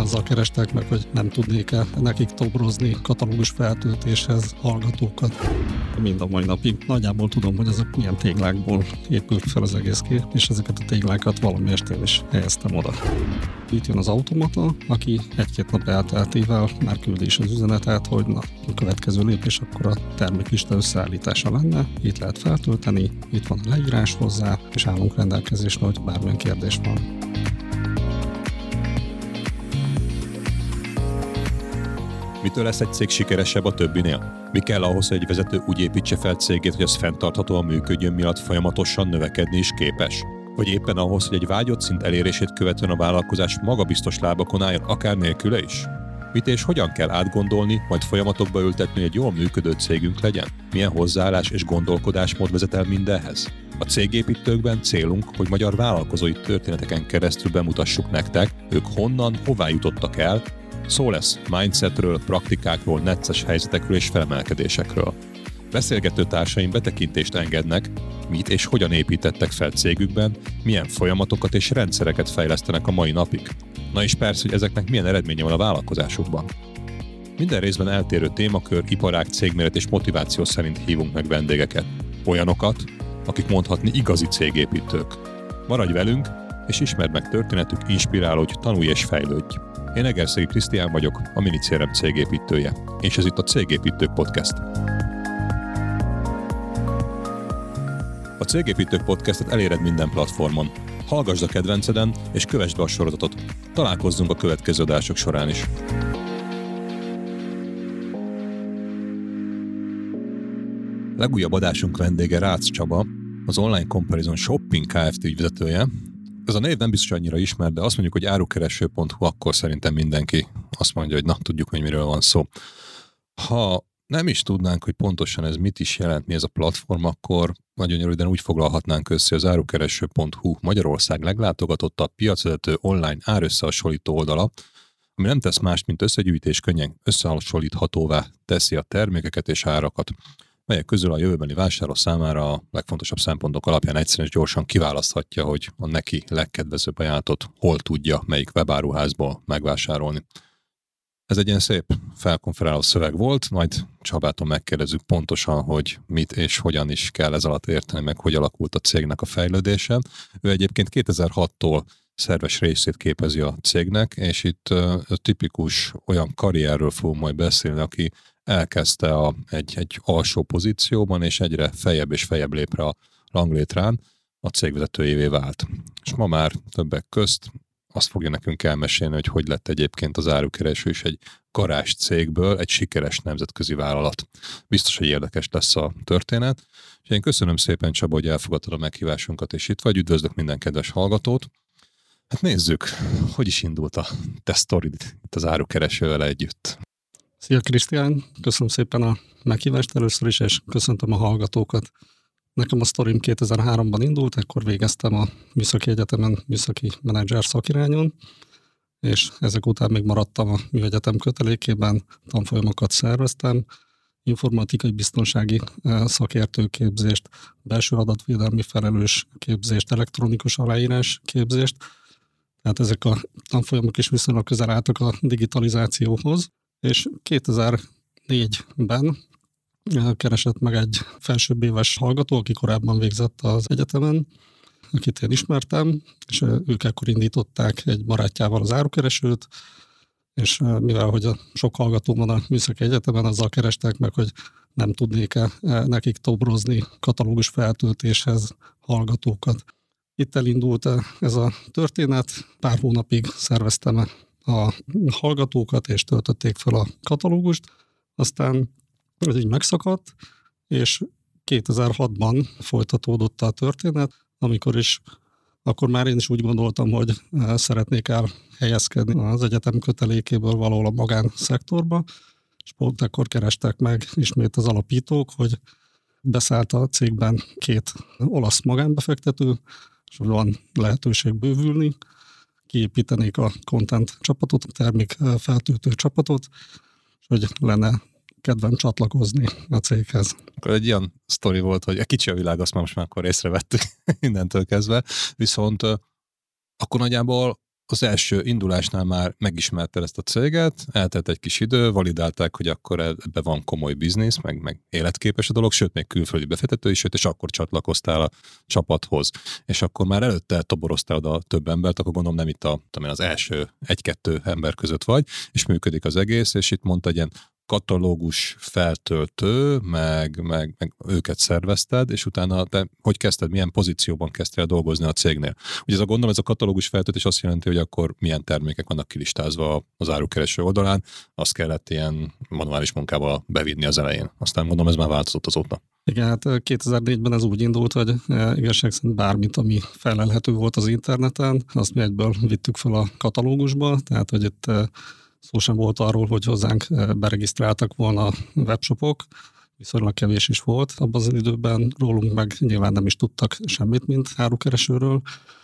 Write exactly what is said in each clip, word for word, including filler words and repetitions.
azzal kerestek meg, hogy nem tudnék-e nekik tobrozni katalógus feltöltéshez hallgatókat. Mind a mai napig nagyjából tudom, hogy ezek milyen téglákból épült fel az egész kép, és ezeket a téglákat valamiért én is helyeztem oda. Itt jön az automata, aki egy-két nap elteltével már küldi is az üzenetet, hogy na, a következő lépés akkor a terméklista összeállítása lenne. Itt lehet feltölteni, itt van a leírás hozzá, és állunk rendelkezésre, hogy bármilyen kérdés van. Mitől lesz egy cég sikeresebb a többinél? Mi kell ahhoz, hogy egy vezető úgy építse fel cégét, hogy az fenntarthatóan működjön, miatt folyamatosan növekedni is képes? Vagy éppen ahhoz, hogy egy vágyott szint elérését követően a vállalkozás magabiztos lábakon álljon, akár nélküle is? Mit és hogyan kell átgondolni, majd folyamatokba ültetni, hogy egy jól működő cégünk legyen? Milyen hozzáállás és gondolkodásmód vezet el mindenhez? A cégépítőkben célunk, hogy magyar vállalkozói történeteken keresztül bemutassuk nektek, ők honnan, hová jutottak el. Szó lesz mindsetről, praktikákról, necces helyzetekről és felemelkedésekről. Beszélgető társaim betekintést engednek, mit és hogyan építettek fel cégükben, milyen folyamatokat és rendszereket fejlesztenek a mai napig. Na és persze, hogy ezeknek milyen eredménye van a vállalkozásukban. Minden részben eltérő témakör, iparág, cégméret és motiváció szerint hívunk meg vendégeket. Olyanokat, akik mondhatni igazi cégépítők. Maradj velünk, és ismerd meg történetük, inspirálódj, tanulj és fejlődj. Én Egerszegi Krisztián vagyok, a Minicérem cégépítője, és ez itt a Cégépítők Podcast. A Cégépítők Podcastet eléred minden platformon. Hallgasd a kedvenceden, és kövesd be a sorozatot. Találkozzunk a következő adások során is. Legújabb adásunk vendége Rácz Csaba, az Online Comparison Shopping Kft. Ügyvezetője. Ez a név nem biztos annyira ismert, de azt mondjuk, hogy árukereső pont hu, akkor szerintem mindenki azt mondja, hogy na, tudjuk, hogy miről van szó. Ha nem is tudnánk, hogy pontosan ez mit is jelent, mi ez a platform, akkor nagyon röviden úgy foglalhatnánk össze, az árukereső pont hu Magyarország leglátogatottabb piacvezető online árösszehasonlító oldala, ami nem tesz mást, mint összegyűjtés könnyen összehasonlíthatóvá teszi a termékeket és árakat, melyek közül a jövőbeni vásárló számára a legfontosabb szempontok alapján egyszerűen és gyorsan kiválaszthatja, hogy a neki legkedvezőbb ajánlatot hol tudja, melyik webáruházból megvásárolni. Ez egy ilyen szép felkonferáló szöveg volt, majd Csabától megkérdezzük pontosan, hogy mit és hogyan is kell ez alatt érteni, meg hogy alakult a cégnek a fejlődése. Ő egyébként kétezer-hattól szerves részét képezi a cégnek, és itt uh, tipikus olyan karrierről fogunk majd beszélni, aki elkezdte a, egy, egy alsó pozícióban, és egyre feljebb és feljebb lépre a ranglétrán a cégvezetőjévé vált. És ma már többek közt azt fogja nekünk elmesélni, hogy hogy lett egyébként az árukereső is egy garázs cégből egy sikeres nemzetközi vállalat. Biztos, hogy érdekes lesz a történet. És én köszönöm szépen, Csaba, hogy elfogadtad a meghívásunkat, és itt vagy. Üdvözlök minden kedves hallgatót. Hát nézzük, hogy is indult a te sztorid itt az árukeresővel együtt. Szia Krisztián, köszönöm szépen a meghívást először is, és köszöntöm a hallgatókat. Nekem a sztorim kétezer-háromban indult, ekkor végeztem a Műszaki Egyetemen műszaki menedzser szakirányon, és ezek után még maradtam a műegyetem kötelékében, tanfolyamokat szerveztem, informatikai biztonsági szakértőképzést, belső adatvédelmi felelős képzést, elektronikus aláírás képzést. Tehát ezek a tanfolyamok is viszonylag közel álltak a digitalizációhoz, és kétezer-négyben keresett meg egy felsőbb éves hallgató, aki korábban végzett az egyetemen, akit én ismertem, és ők ekkor indították egy barátjával az árukeresőt, és mivel hogy a sok hallgató van a Műszaki Egyetemen, azzal kerestek meg, hogy nem tudnék-e nekik tobrozni katalógus feltöltéshez hallgatókat. Itt elindult ez a történet, pár hónapig szerveztem a hallgatókat, és töltötték fel a katalógust, aztán ez így megszakadt, és kétezer-hatban folytatódott a történet, amikor is, akkor már én is úgy gondoltam, hogy szeretnék elhelyezkedni az egyetem kötelékéből valahol a magánszektorba, és pont ekkor kerestek meg ismét az alapítók, hogy beszállt a cégben két olasz magánbefektető, és van lehetőség bővülni, kiépítenék a content csapatot, a termék feltöltő csapatot, és hogy lenne kedvem csatlakozni a céghez. Akkor egy ilyen sztori volt, hogy egy kicsi a világ, azt már most már akkor észrevettük innentől kezdve, viszont akkor nagyjából az első indulásnál már megismerted ezt a céget, eltelt egy kis idő, validálták, hogy akkor ebbe van komoly biznisz, meg, meg életképes a dolog, sőt, még külföldi befektető is jött, és akkor csatlakoztál a csapathoz. És akkor már előtte toboroztál oda több embert, akkor gondolom nem itt a, tudom én, az első egy-kettő ember között vagy, és működik az egész, és itt mondta egy ilyen katalógus feltöltő, meg, meg, meg őket szervezted, és utána te hogy kezdted, milyen pozícióban kezdtél dolgozni a cégnél? Ugye ez a gondolom, ez a katalógus feltöltés azt jelenti, hogy akkor milyen termékek vannak kilistázva az árukereső oldalán, azt kellett ilyen manuális munkával bevinni az elején. Aztán gondolom, ez már változott azóta. Igen, hát kétezer-négyben ez úgy indult, hogy igazság szerint bármit, ami felelhető volt az interneten, azt mi egyből vittük fel a katalógusba, tehát hogy itt szó sem volt arról, hogy hozzánk beregisztráltak volna webshopok, viszonylag kevés is volt. Abban az időben rólunk meg nyilván nem is tudtak semmit, mint árukeresőről.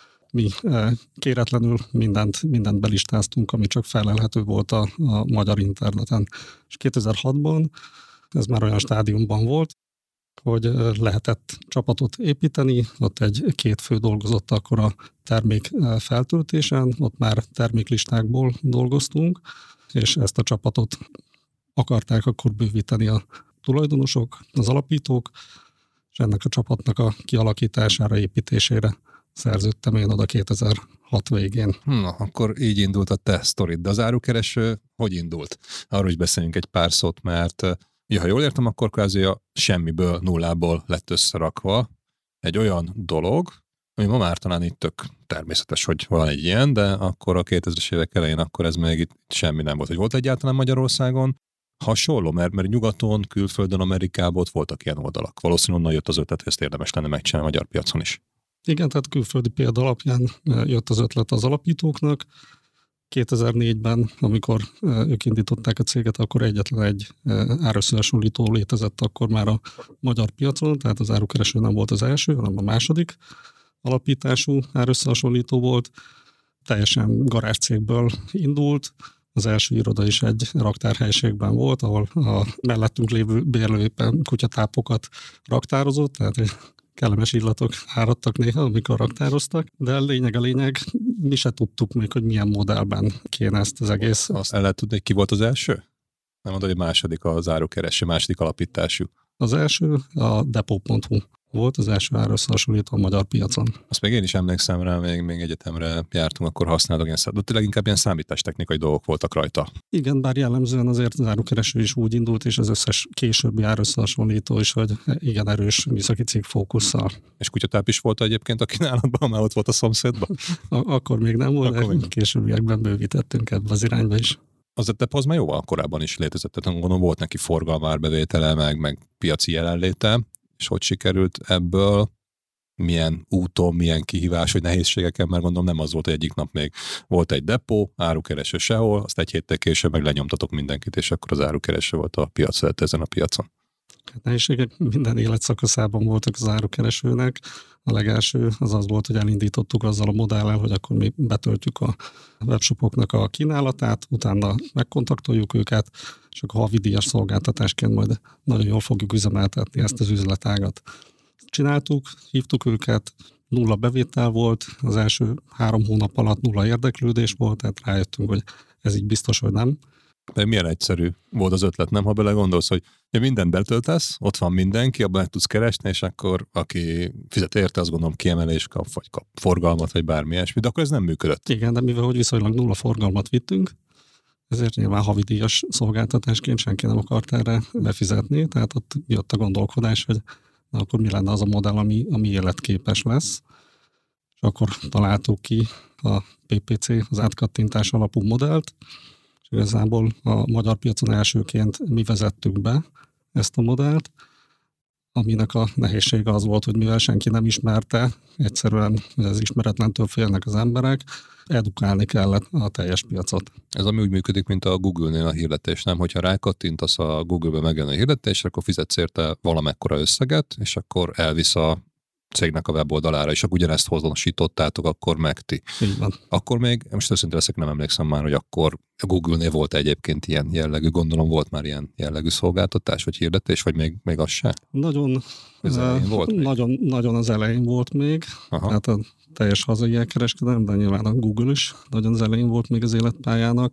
Mi kéretlenül mindent, mindent belistáztunk, ami csak felelhető volt a, a magyar interneten. És kétezer-hatban ez már olyan stádiumban volt, hogy lehetett csapatot építeni, ott egy-két fő dolgozott akkor a termék feltöltésen, ott már terméklistákból dolgoztunk, és ezt a csapatot akarták akkor bővíteni a tulajdonosok, az alapítók, és ennek a csapatnak a kialakítására, építésére szerződtem én oda kétezer-hat végén. Na, akkor így indult a te sztorid, de az árukereső hogy indult? Arról is beszéljünk egy pár szót, mert ja, ha jól értem, akkor kvázi a semmiből, nullából lett összerakva egy olyan dolog, ami ma már talán itt tök természetes, hogy van egy ilyen, de akkor a kétezres évek elején akkor ez még itt semmi nem volt. Hogy volt egyáltalán Magyarországon hasonló, mert, mert nyugaton, külföldön, Amerikában ott voltak ilyen oldalak. Valószínűleg onnan jött az ötlet, hogy ezt érdemes lenne megcsinálni a magyar piacon is. Igen, tehát külföldi példa alapján jött az ötlet az alapítóknak. kétezer-négyben, amikor ők indították a céget, akkor egyetlen egy árösszehasonlító létezett akkor már a magyar piacon, tehát az árukereső nem volt az első, hanem a második alapítású árösszehasonlító volt. Teljesen garázscégből indult, az első iroda is egy raktárhelyiségben volt, ahol a mellettünk lévő bérlő éppen kutyatápokat raktározott, tehát kellemes illatok áradtak néha, amikor raktároztak, de a lényeg a lényeg, mi se tudtuk még, hogy milyen modellben kéne ezt az egész. Azt el lehet tudni, ki volt az első? Nem mondod, hogy második az árukereső, második alapítású. Az első a depot pont hu volt, az első árösszehasonlító a magyar piacon. Azt még én is emlékszem rá, még, még egyetemre jártunk, akkor használtuk ilyen szám, de tényleg inkább ilyen számítástechnikai dolgok voltak rajta. Igen, bár jellemzően azért az árukereső is úgy indult, és az összes későbbi árösszehasonlító is, hogy igen erős műszaki cég fókusszal. És kutyatáp is volt egyébként a kínálatban, már ott volt a szomszédban? Akkor még nem volt, akkor de még későbbiekben bővítettünk ebbe az irányba is. Az a az már jóval korábban is létezett, tehát gondolom volt neki forgalmárbevétele, meg, meg piaci jelenléte, és hogy sikerült ebből, milyen úton, milyen kihívás, hogy nehézségeken, mert gondolom nem az volt, hogy egyik nap még volt egy depó, árukereső sehol, azt egy héttel később meg lenyomtatok mindenkit, és akkor az árukereső volt a piac előtt ezen a piacon. Hát nehézségek minden életszakaszában voltak az árukeresőnek. A legelső az az volt, hogy elindítottuk azzal a modellel, hogy akkor mi betöltjük a webshopoknak a kínálatát, utána megkontaktoljuk őket, és akkor havidíjas szolgáltatásként majd nagyon jól fogjuk üzemeltetni ezt az üzletágat. Csináltuk, hívtuk őket, nulla bevétel volt, az első három hónap alatt nulla érdeklődés volt, tehát rájöttünk, hogy ez így biztos, hogy nem. De milyen egyszerű volt az ötlet, nem? Ha belegondolsz, hogy mindent betöltesz, ott van mindenki, abban meg tudsz keresni, és akkor aki fizet érte, azt gondolom kiemelés kap, vagy kap forgalmat, vagy bármi ilyesmi, de akkor ez nem működött. Igen, de mivel hogy viszonylag nulla forgalmat vittünk, ezért nyilván havidíjas szolgáltatásként senki nem akart erre befizetni, tehát ott jött a gondolkodás, hogy na, akkor mi lenne az a modell, ami, ami életképes lesz. És akkor találtuk ki a pé pé cé, az átkattintás alapú modellt, és igazából a magyar piacon elsőként mi vezettük be ezt a modellt, aminek a nehézsége az volt, hogy mivel senki nem ismerte, egyszerűen az ismeretlentől félnek az emberek, edukálni kellett a teljes piacot. Ez ami úgy működik, mint a Google-nél a hirdetés, nem? Hogyha rákattintasz a Google-be megjön a hirdetés, akkor fizetsz érte valamekkora összeget, és akkor elvisz a cégnek a weboldalára, és akkor ugyanezt hozonosítottátok, akkor meg ti. Így van. Akkor még, most őszintén leszek, nem emlékszem már, hogy akkor Google-nél volt egyébként ilyen jellegű, gondolom volt már ilyen jellegű szolgáltatás, vagy hirdetés, vagy még, még az se? Nagyon, az elején volt még? Nagyon, nagyon az elején volt még, Aha. hát a teljes hazai elkereskedelem, de nyilván a Google is nagyon az elején volt még az életpályának.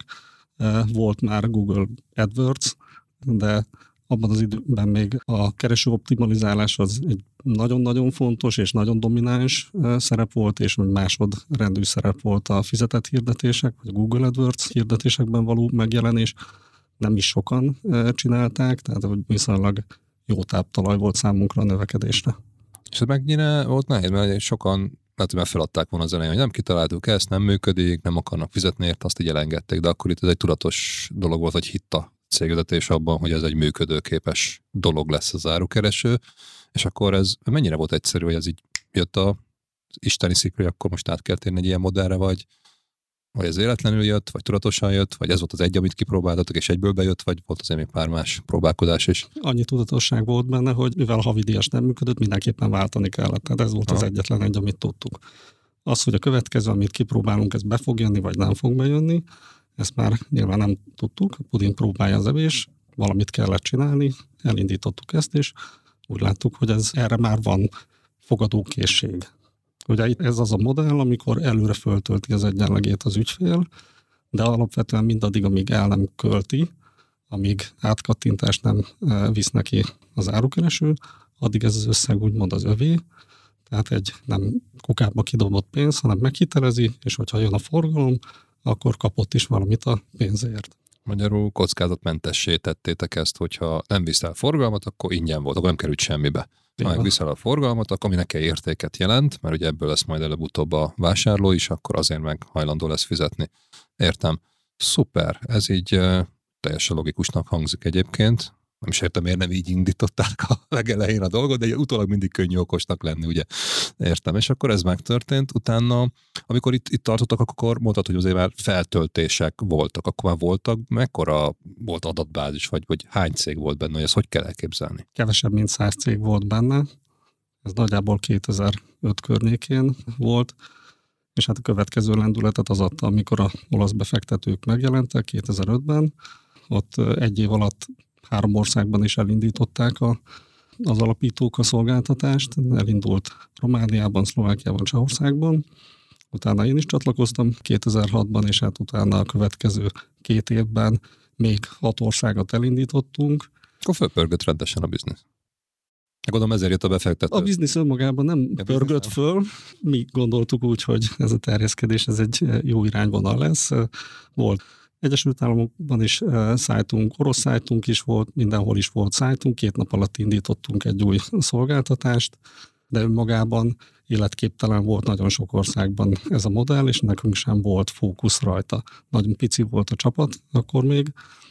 Volt már Google AdWords, de abban az időben még a kereső optimalizálás az egy nagyon-nagyon fontos és nagyon domináns szerep volt, és másodrendű szerep volt a fizetett hirdetések, vagy a Google AdWords hirdetésekben való megjelenés. Nem is sokan csinálták, tehát hogy viszonylag jó táptalaj volt számunkra a növekedésre. És ez mennyire volt nehéz, mert sokan lehet, hogy már feladták volna az elején, hogy nem kitaláltuk ezt, nem működik, nem akarnak fizetni érte, azt így elengedték, de akkor itt ez egy tudatos dolog volt, hogy hitt a cégvezetés abban, hogy ez egy működőképes dolog lesz az árukereső, és akkor ez mennyire volt egyszerű, hogy ez így jött az isteni szikra, hogy akkor most át kell térni egy ilyen modellre, vagy, vagy ez véletlenül jött, vagy tudatosan jött, vagy ez volt az egy, amit kipróbáltatok, és egyből bejött, vagy volt azért még pár más próbálkozás is? Annyi tudatosság volt benne, hogy mivel a havidíjas nem működött, mindenképpen váltani kellett. Tehát ez volt Aha. az egyetlen egy, amit tudtuk. Az, hogy a következő, amit kipróbálunk, ez be fog jönni, vagy nem fog bejönni, ezt már nyilván nem tudtuk, a puding próbálja az evés, valamit kellett csinálni, elindítottuk ezt, és úgy láttuk, hogy ez erre már van fogadókészség. Ugye ez az a modell, amikor előre föltölti az egyenlegét az ügyfél, de alapvetően mindaddig, amíg el nem költi, amíg átkattintást nem visz neki az árukereső, addig ez az összeg úgymond az övé, tehát egy nem kukába kidobott pénz, hanem meghitelezi, és hogyha jön a forgalom, akkor kapott is valamit a pénzért. Magyarul kockázatmentessé tettétek ezt, hogyha nem viszel forgalmat, akkor ingyen volt, akkor nem került semmibe. Ha megviszel a forgalmat, akkor ami neki értéket jelent, mert ugye ebből lesz majd előbb-utóbb a vásárló is, akkor azért meg hajlandó lesz fizetni. Értem. Szuper. Ez így uh, teljesen logikusnak hangzik egyébként. Nem is értem, miért nem így indították a legelején a dolgot, de utólag mindig könnyű okosnak lenni, ugye. Értem. És akkor ez megtörtént. Utána, amikor itt, itt tartottak, akkor mondtad, hogy azért már feltöltések voltak. Akkor már voltak, mekkora volt adatbázis, vagy, vagy hány cég volt benne, hogy ezt hogy kell elképzelni? Kevesebb, mint száz cég volt benne. Ez nagyjából kétezer-öt környékén volt. És hát a következő lendületet az adta, amikor a olasz befektetők megjelentek kétezer-ötben. Ott egy év alatt három országban is elindították a, az alapítók a szolgáltatást. Elindult Romániában, Szlovákiában, Csehországban. Utána én is csatlakoztam kétezer-hatban, és hát utána a következő két évben még hat országot elindítottunk. Akkor fölpörgött rendesen a biznisz. Gondolom ezért jött a befektető. A biznisz önmagában nem a pörgött föl. Mi gondoltuk úgy, hogy ez a terjeszkedés ez egy jó irányvonal lesz. Volt Egyesült Államokban is szájtunk, orosz szájtunk is volt, mindenhol is volt szájtunk. Két nap alatt indítottunk egy új szolgáltatást, de önmagában életképtelen volt nagyon sok országban ez a modell, és nekünk sem volt fókusz rajta. Nagyon pici volt a csapat, akkor még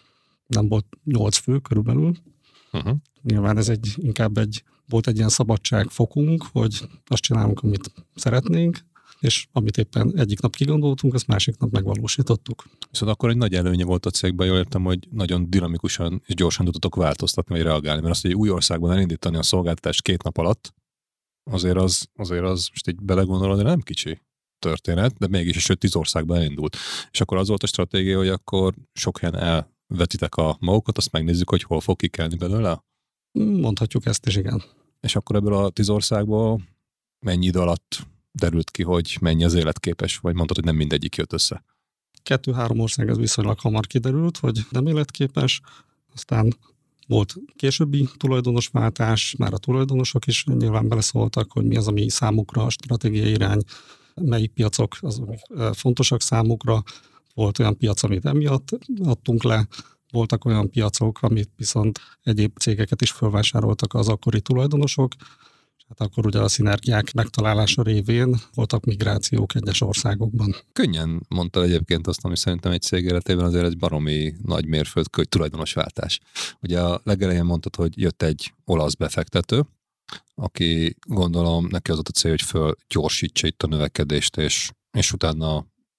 nem volt nyolc fő körülbelül. Uh-huh. Nyilván ez egy, inkább egy, volt egy ilyen szabadságfokunk, hogy azt csinálunk, amit szeretnénk, és amit éppen egyik nap kigondoltunk, azt másik nap megvalósítottuk. Viszont akkor egy nagy előnye volt a cégben, jól értem, hogy nagyon dinamikusan és gyorsan tudtatok változtatni, vagy reagálni, mert azt, hogy egy új országban elindítani a szolgáltatást két nap alatt, azért az, azért az most így belegondolod, de nem kicsi történet, de mégis is öt-tíz országban elindult. És akkor az volt a stratégia, hogy akkor sok helyen elvetitek a magukat, azt megnézzük, hogy hol fog kikelni belőle? Mondhatjuk ezt is, igen. És akkor ebből a tíz országból mennyi idő alatt derült ki, hogy mennyi az életképes, vagy mondtad, hogy nem mindegyik jött össze? Kettő-három ország az viszonylag hamar kiderült, hogy nem életképes, aztán volt későbbi tulajdonosváltás, már a tulajdonosok is nyilván beleszóltak, hogy mi az, ami számukra a stratégiai irány, melyik piacok az, amik fontosak számukra. Volt olyan piac, amit emiatt adtunk le, voltak olyan piacok, amit viszont egyéb cégeket is felvásároltak az akkori tulajdonosok. Hát akkor ugye a szinergiák megtalálása révén voltak migrációk egyes országokban. Könnyen mondta egyébként azt, ami szerintem egy cég életében azért egy baromi nagy mérföldkő tulajdonosváltás. Ugye a legelején mondtad, hogy jött egy olasz befektető, aki gondolom neki az a cél, hogy fölgyorsítsa itt a növekedést, és, és utána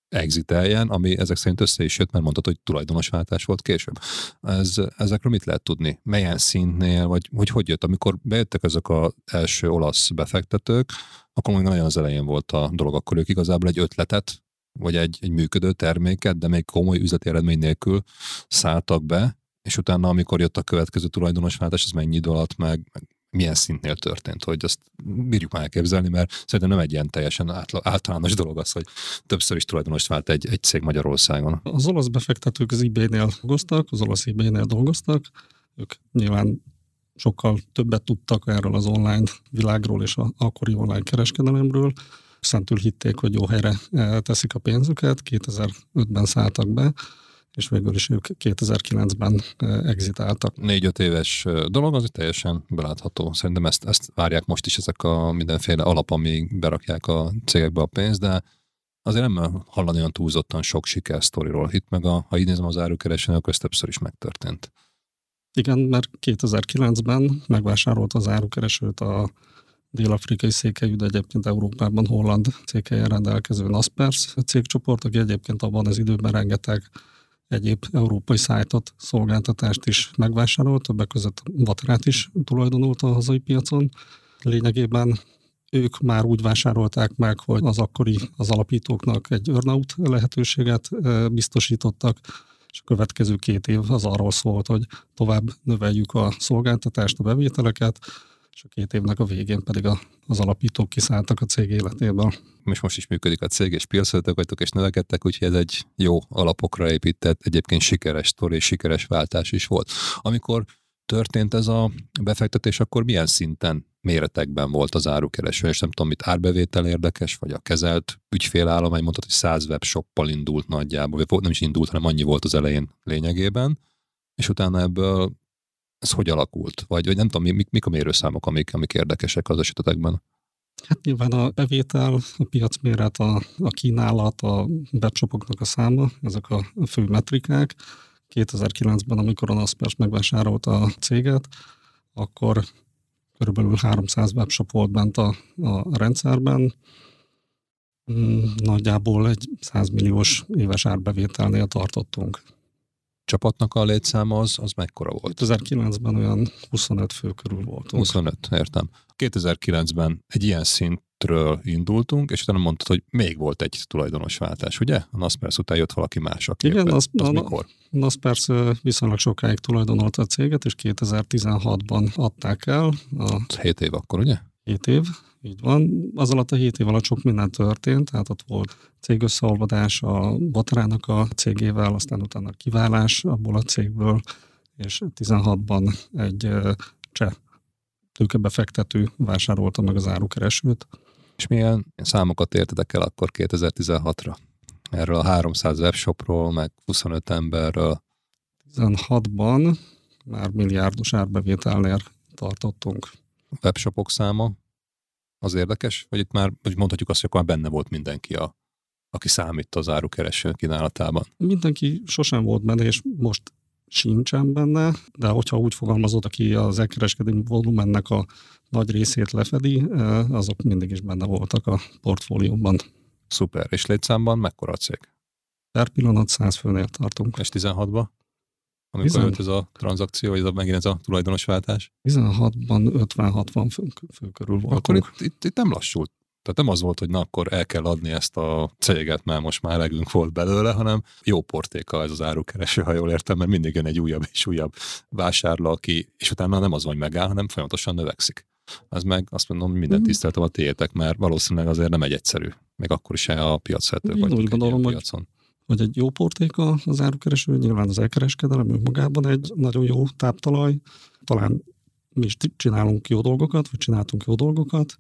exiteljen, ami ezek szerint össze is jött, mert mondtad, hogy tulajdonosváltás volt később. Ez, ezekről mit lehet tudni? Melyen szintnél, vagy hogy hogy jött? Amikor bejöttek ezek az első olasz befektetők, akkor még nagyon az elején volt a dolog, akkor ők igazából egy ötletet, vagy egy, egy működő terméket, de még komoly üzleti eredmény nélkül szálltak be, és utána, amikor jött a következő tulajdonosváltás, az mennyi idő alatt, meg, meg milyen szintnél történt, hogy azt bírjuk már elképzelni, mert szerintem nem egy ilyen teljesen általános dolog az, hogy többször is tulajdonost vált egy, egy cég Magyarországon. Az olasz befektetők az eBay-nél dolgoztak, az olasz eBay-nél dolgoztak, ők nyilván sokkal többet tudtak erről az online világról és az akkori online kereskedelemről, szentül hitték, hogy jó helyre teszik a pénzüket, kétezer-ötben szálltak be, és végül is ők kétezer-kilencben exitáltak. Négy-öt éves dolog, az teljesen belátható. Szerintem ezt, ezt várják most is ezek a mindenféle alap, amíg berakják a cégekbe a pénzt, de azért nem hallani olyan túlzottan sok sikersztoriról. Itt meg, a, ha így nézem, az árukeresőnek, ez többször is megtörtént. Igen, mert kétezer-kilencben megvásárolt az árukeresőt a dél-afrikai székhelyű, de egyébként Európában holland székhelyen rendelkező Naspers cégcsoport, aki egyébként abban az időben rengeteg egyéb európai szájtot, szolgáltatást is megvásárolt, többek között Vaterát is tulajdonolt a hazai piacon. Lényegében ők már úgy vásárolták meg, hogy az akkori az alapítóknak egy earnout lehetőséget biztosítottak, és a következő két év az arról szólt, hogy tovább növeljük a szolgáltatást, a bevételeket, és a két évnek a végén pedig a, az alapítók kiszálltak a cég életéből. És most is működik a cég, és piacvezetők vagytok, és növekedtek, úgyhogy ez egy jó alapokra épített, egyébként sikeres sztori, sikeres váltás is volt. Amikor történt ez a befektetés, akkor milyen szinten, méretekben volt az árukereső, és nem tudom, mit árbevétel érdekes, vagy a kezelt ügyfélállomány, mondtad, hogy száz webshoppal indult nagyjából, vagy nem is indult, hanem annyi volt az elején lényegében, és utána ebből ez hogy alakult? Vagy, vagy nem tudom, mik, mik a mérőszámok, amik, amik érdekesek az esetetekben? Hát nyilván a bevétel, a piacméret, a, a kínálat, a webshopoknak a száma, ezek a fő metrikák. kétezer-kilencben, amikor a Naspers megvásárolta a céget, akkor körülbelül háromszáz webshop volt bent a, a rendszerben. Nagyjából egy száz milliós éves árbevételnél tartottunk. Csapatnak a létszáma az, az mekkora volt? kétezer-kilencben olyan huszonöt fő körül voltunk. huszonöt, értem. kétezer-kilencben egy ilyen szintről indultunk, és utána mondtad, hogy még volt egy tulajdonosváltás, ugye? A Naspers után jött valaki más. Igen, az, az a, mikor? A Naspers viszonylag sokáig tulajdonolta a céget, és kétezer-tizenhatban adták el. A hét év akkor, ugye? hét év, így van. Az alatt a hét év alatt sok minden történt, tehát ott volt cégösszeolvadás a Vaterának a cégével, aztán utána kiválás abból a cégből, és tizenhatban egy cseh tőkebefektető vásárolta meg az árukeresőt. És milyen számokat értetek el akkor kétezer-tizenhatra? Erről a háromszáz webshopról, meg huszonöt emberről. tizenhatban már milliárdos árbevételnél tartottunk. A webshopok száma az érdekes? Vagy itt már vagy mondhatjuk azt, hogy akkor már benne volt mindenki, a, aki számít az árukereső kínálatában? Mindenki sosem volt benne, és most sincsen benne, de hogyha úgy fogalmazott, aki az elkereskedelmi volumennek a nagy részét lefedi, azok mindig is benne voltak a portfólióban. Szuper. És létszámban mekkora a cég? Per pillanat száz főnél tartunk. És tizenhatban? Amikor jött ez a tranzakció, vagy ez a, megint ez a tulajdonosváltás? tizenhatban ötven-hatvan fő, fő körül voltunk. Akkor itt, itt, itt nem lassult. Tehát nem az volt, hogy na akkor el kell adni ezt a céget, mert most már elegünk volt belőle, hanem jó portéka ez az árukereső, ha jól értem, mert mindig jön egy újabb és újabb vásárló, aki, és utána nem az, hogy megáll, hanem folyamatosan növekszik. Ez meg azt mondom, hogy minden tiszteltem a tiétek, mert valószínűleg azért nem egy egyszerű. Még akkor is a piacvezetők vagyunk úgy gondolom, egy hogy, piacon. hogy egy jó portéka az árukereső, nyilván az elkereskedelem önmagában egy nagyon jó táptalaj. Talán mi is csinálunk jó dolgokat, vagy csináltunk jó dolgokat,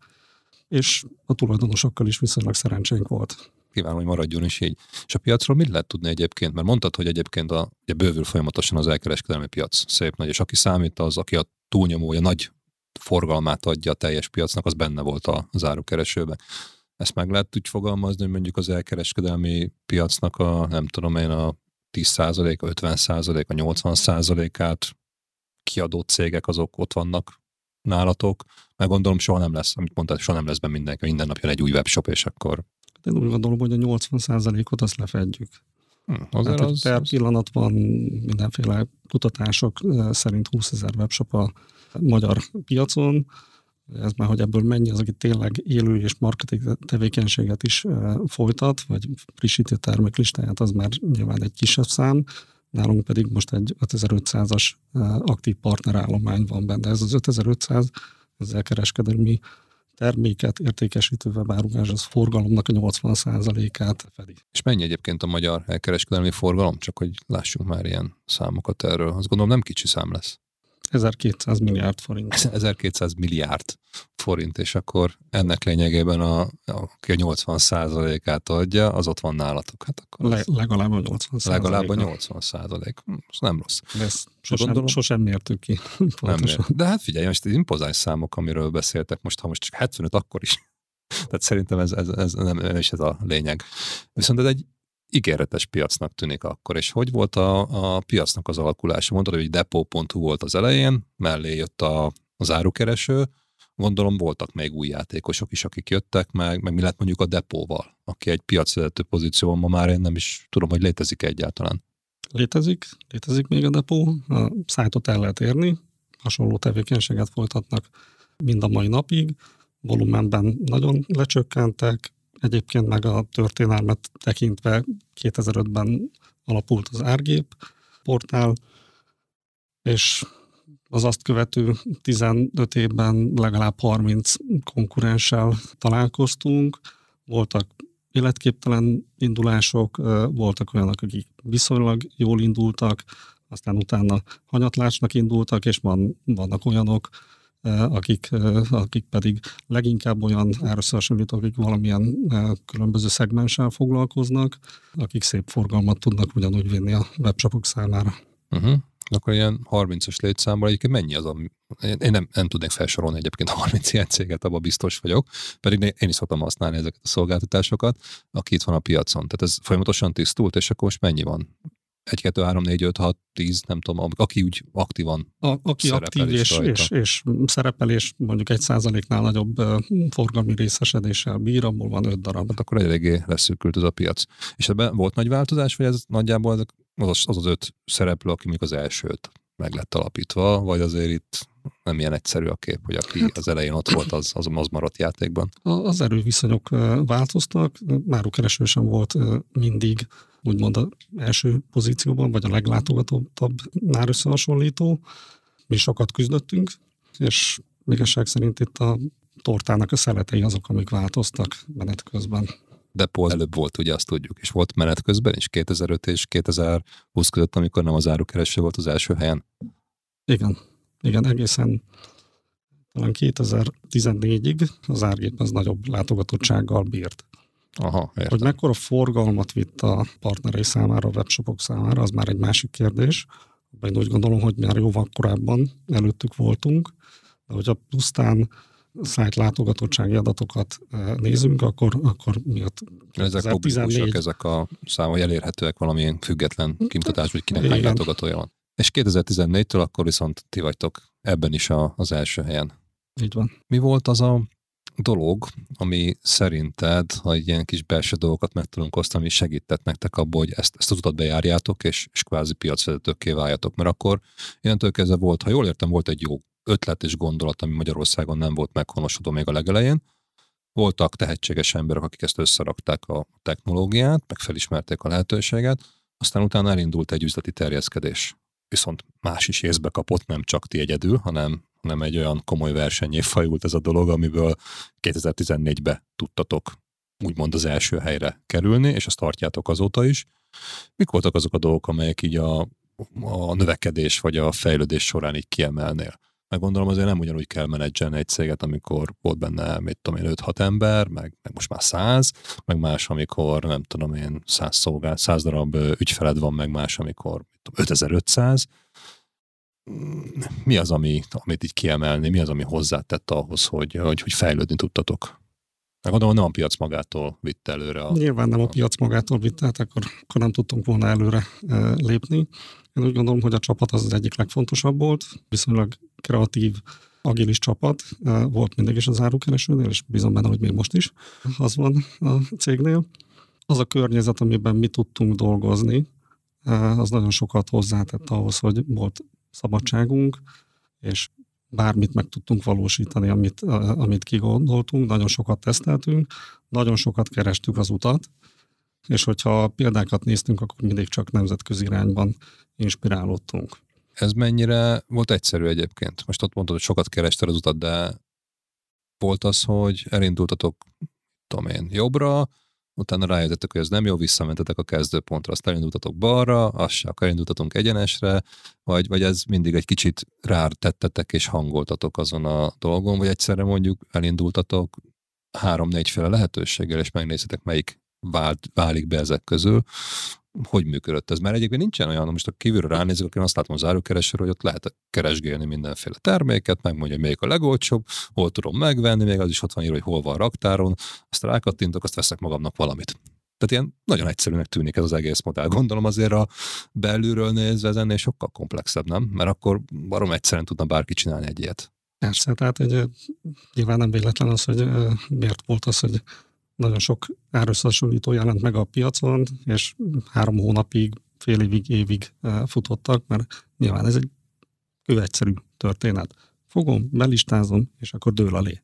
és a tulajdonosokkal is viszonylag szerencsénk volt. Kívánom, hogy maradjon is így. És a piacról mit lehet tudni egyébként? Mert mondtad, hogy egyébként a, ugye bővül folyamatosan az elkereskedelmi piac szép nagy, és aki számít, az, aki a túlnyomója nagy forgalmát adja a teljes piacnak, az benne volt az árukeresőben. Ezt meg lehet úgy fogalmazni, hogy mondjuk az elkereskedelmi piacnak a, nem tudom én, a tíz százalék, a ötven százalék, a nyolcvan százalékát kiadó cégek azok ott vannak nálatok, meg gondolom soha nem lesz, amit mondtad, soha nem lesz benne mindenki, minden nap jön egy új webshop, és akkor... De én úgy gondolom, hogy a nyolcvan százalékot azt lefedjük. Hm, azért hát, az, per az... pillanatban mindenféle kutatások szerint húszezer webshop a magyar piacon. Ez már, hogy ebből mennyi az, aki tényleg élő és marketing tevékenységet is folytat, vagy frissíti a terméklistáját, az már nyilván egy kisebb szám. Nálunk pedig most egy ötezer-ötszázas aktív partnerállomány van benne. Ez az ötezer-ötszáz, ezzel kereskedelmi terméket értékesítő webárugás, az forgalomnak a nyolcvan százalékát fedi. És mennyi egyébként a magyar elkereskedelmi forgalom? Csak hogy lássunk már ilyen számokat erről. Azt gondolom nem kicsi szám lesz. ezerkétszáz milliárd forint. ezerkétszáz milliárd forint, és akkor ennek lényegében a, aki a nyolcvan százalékát adja, az ott van nálatok. Hát akkor Le, legalább a nyolcvan százalék. Legalább a nyolcvan százalék. Ez nem rossz. De ezt sosem, gondolom, sosem mértük ki. Nem mér. De hát figyelj, most az impozáns számok, amiről beszéltek most, ha most csak hetvenöt, akkor is. Tehát szerintem ez, ez, ez nem, nem is ez a lényeg. Viszont ez egy ígéretes piacnak tűnik akkor. És hogy volt a, a piacnak az alakulása? Mondtad, hogy depó pont hu volt az elején, mellé jött a, az árukereső. Gondolom voltak még új játékosok is, akik jöttek, meg, meg mi lett mondjuk a depóval, aki egy piacvezető pozícióban ma már én nem is tudom, hogy létezik egyáltalán. Létezik, létezik még a depó. A szájtot el lehet érni, hasonló tevékenységet folytatnak mind a mai napig. Volumenben nagyon lecsökkentek, egyébként meg a történelmet tekintve kétezer-ötben alapult az Árgép portál, és az azt követő tizenöt évben legalább harminc konkurenssel találkoztunk. Voltak életképtelen indulások, voltak olyanok, akik viszonylag jól indultak, aztán utána hanyatlásnak indultak, és van, vannak olyanok, akik, akik pedig leginkább olyan árösszehasonlítók, akik valamilyen különböző szegmenssel foglalkoznak, akik szép forgalmat tudnak ugyanúgy vinni a webshopok számára. Uh-huh. Akkor ilyen harmincas létszámban egyébként mennyi az, ami... Én nem, nem tudnék felsorolni egyébként harminc ilyen céget, abban biztos vagyok, pedig én is szoktam használni ezeket a szolgáltatásokat, aki itt van a piacon. Tehát ez folyamatosan tisztult, és akkor most mennyi van? egy, kettő, három, négy, öt, hat, tíz, nem tudom, aki úgy aktívan a, aki aktív és, és, és szerepel, és mondjuk egy százaléknál nagyobb uh, forgalmi részesedéssel bír, abból van öt darab. Hát akkor eléggé leszűkült ez a piac. És ebben volt nagy változás, vagy ez nagyjából az az, az, az öt szereplő, aki még az elsőt meg lett alapítva, vagy azért itt nem ilyen egyszerű a kép, hogy aki az elején ott volt, az, az, az maradt játékban? Az erőviszonyok változtak, márukereső sem volt mindig úgymond az első pozícióban, vagy a leglátogatottabb árösszehasonlító. Mi sokat küzdöttünk, és igazság szerint itt a tortának a szeletei azok, amik változtak menet közben. Depó előbb volt, ugye azt tudjuk, és volt menet közben is kétezer-öt és kétezer-húsz között, amikor nem az árukereső volt az első helyen. Igen, igen, egészen talán kétezer-tizennégyig az Árgép az nagyobb látogatottsággal bírt. Aha, értem. Hogy mekkora forgalmat vitt a partnerei számára, a webshopok számára, az már egy másik kérdés. Én úgy gondolom, hogy már jóval korábban előttük voltunk, de hogyha pusztán szájt látogatottsági adatokat nézünk, akkor, akkor miatt ezek publikusak, ezek a számok elérhetőek valamilyen független kimutatás, hogy kinek hány látogatója van. És kétezer-tizennégytől akkor viszont ti vagytok ebben is a, az első helyen. Így van. Mi volt az a dolog, ami szerinted, ha ilyen kis belső dolgokat meg tudunk osztani, ami segített nektek abból, hogy ezt, ezt az utat bejárjátok, és, és kvázi piacvezetőkké váljatok, mert akkor innentől kezdve volt, ha jól értem, volt egy jó ötlet és gondolat, ami Magyarországon nem volt meghonosodó még a legelején. Voltak tehetséges emberek, akik ezt összerakták a technológiát, meg felismerték a lehetőséget, aztán utána elindult egy üzleti terjeszkedés. Viszont más is észbe kapott, nem csak ti egyedül, hanem, hanem egy olyan komoly versennyé fajult ez a dolog, amiből kétezer-tizennégybe tudtatok úgymond az első helyre kerülni, és azt tartjátok azóta is. Mik voltak azok a dolgok, amelyek így a, a növekedés vagy a fejlődés során így kiemelnél? Meg gondolom azért nem ugyanúgy kell menedzselni egy céget, amikor volt benne, mit tudom én, öt-hat ember, meg, meg most már száz, meg más, amikor nem tudom én, száz szolgál, száz darab ügyfeled van, meg más, amikor ötezer-ötszáz. Mi az, ami, amit így kiemelni, mi az, ami hozzátett ahhoz, hogy, hogy, hogy fejlődni tudtatok? Meg gondolom, nem a piac magától vitt előre. A, Nyilván nem a piac magától vitt, tehát akkor, akkor nem tudtunk volna előre e, lépni. Én úgy gondolom, hogy a csapat az az egyik legfontosabb volt, viszonylag kreatív agilis csapat volt mindig is az árukeresőnél, és bízom benne, hogy még most is az van a cégnél. Az a környezet, amiben mi tudtunk dolgozni, az nagyon sokat hozzátett ahhoz, hogy volt szabadságunk, és bármit meg tudtunk valósítani, amit, amit kigondoltunk, nagyon sokat teszteltünk, nagyon sokat kerestük az utat, és hogyha példákat néztünk, akkor mindig csak nemzetközi irányban inspirálódtunk. Ez mennyire volt egyszerű egyébként? Most ott mondtad, hogy sokat kerested az utat, de volt az, hogy elindultatok, tudom én, jobbra, utána rájöttetek, hogy ez nem jó, visszamentetek a kezdőpontra, azt elindultatok balra, azt se, akkor elindultatunk egyenesre, vagy, vagy ez mindig egy kicsit rátettetek és hangoltatok azon a dolgon, vagy egyszerre mondjuk elindultatok három-négyféle lehetőséggel, és megnézhetek, melyik vált, válik be ezek közül, hogy működött ez. Mert egyébként nincsen olyan, most a kívülről ránézek, akkor azt látom az árukeresőről, hogy ott lehet keresgélni mindenféle terméket, megmondja, melyik a legolcsóbb, hol tudom megvenni, még az is ott van írva, hogy hol van a raktáron, azt rákattintok, azt veszek magamnak valamit. Tehát ilyen nagyon egyszerűnek tűnik ez az egész modell. Gondolom azért a belülről nézve ez ennél sokkal komplexebb, nem? Mert akkor barom egyszerűen tudna bárki csinálni egy ilyet. Persze, tehát egy, nyilván nem véletlen az, hogy miért volt az, hogy nagyon sok árösszehasonlító jelent meg a piacon, és három hónapig, fél évig, évig futottak, mert nyilván ez egy kőegyszerű történet. Fogom, belistázom, és akkor dől a lé.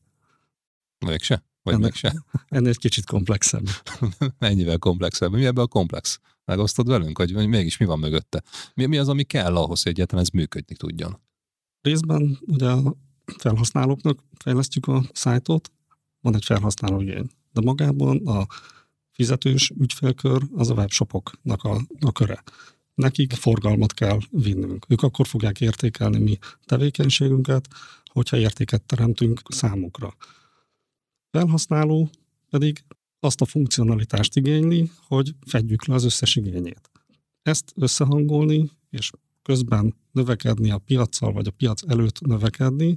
Mégse? Vagy ennél, mégse? Ennél egy kicsit komplexebb. Mennyivel komplexebb? Mi ebben a komplex? Megosztod velünk, hogy mégis mi van mögötte? Mi, mi az, ami kell ahhoz, hogy egyáltalán ez működni tudjon? Részben ugye a felhasználóknak fejlesztjük a szájtot, van egy felhasználóigény. De magában a fizetős ügyfélkör az a webshopoknak a, a köre. Nekik forgalmat kell vinnünk. Ők akkor fogják értékelni mi tevékenységünket, hogyha értéket teremtünk számukra. Felhasználó pedig azt a funkcionalitást igényli, hogy fedjük le az összes igényét. Ezt összehangolni, és közben növekedni a piaccal, vagy a piac előtt növekedni,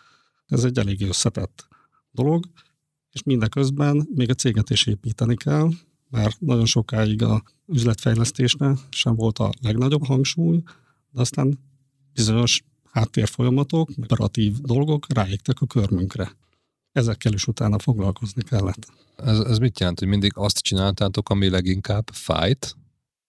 ez egy eléggé összetett dolog, és mindeközben még a céget is építeni kell, mert nagyon sokáig a üzletfejlesztésre sem volt a legnagyobb hangsúly, de aztán bizonyos háttérfolyamatok, operatív dolgok ráégtek a körmünkre. Ezekkel is utána foglalkozni kellett. Ez, ez mit jelent, hogy mindig azt csináltátok, ami leginkább fájt?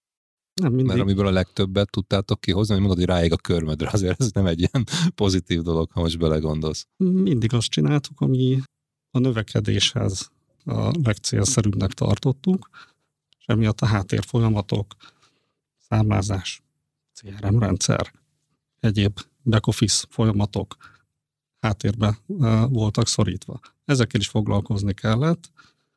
Nem mindig. Mert amiből a legtöbbet tudtátok kihozni, hogy mondod, hogy ráég a körmödre, azért ez nem egy ilyen pozitív dolog, ha most belegondolsz. Mindig azt csináltuk, ami a növekedéshez a legcélszerűbbnek tartottuk, és emiatt a háttérfolyamatok, számlázás, cé er em rendszer, egyéb back-office folyamatok háttérbe voltak szorítva. Ezekkel is foglalkozni kellett,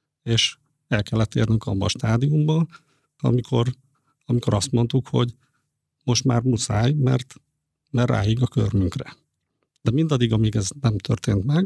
és el kellett érnünk abba a stádiumba, amikor, amikor azt mondtuk, hogy most már muszáj, mert, mert ráig a körmünkre. De mindaddig, amíg ez nem történt meg,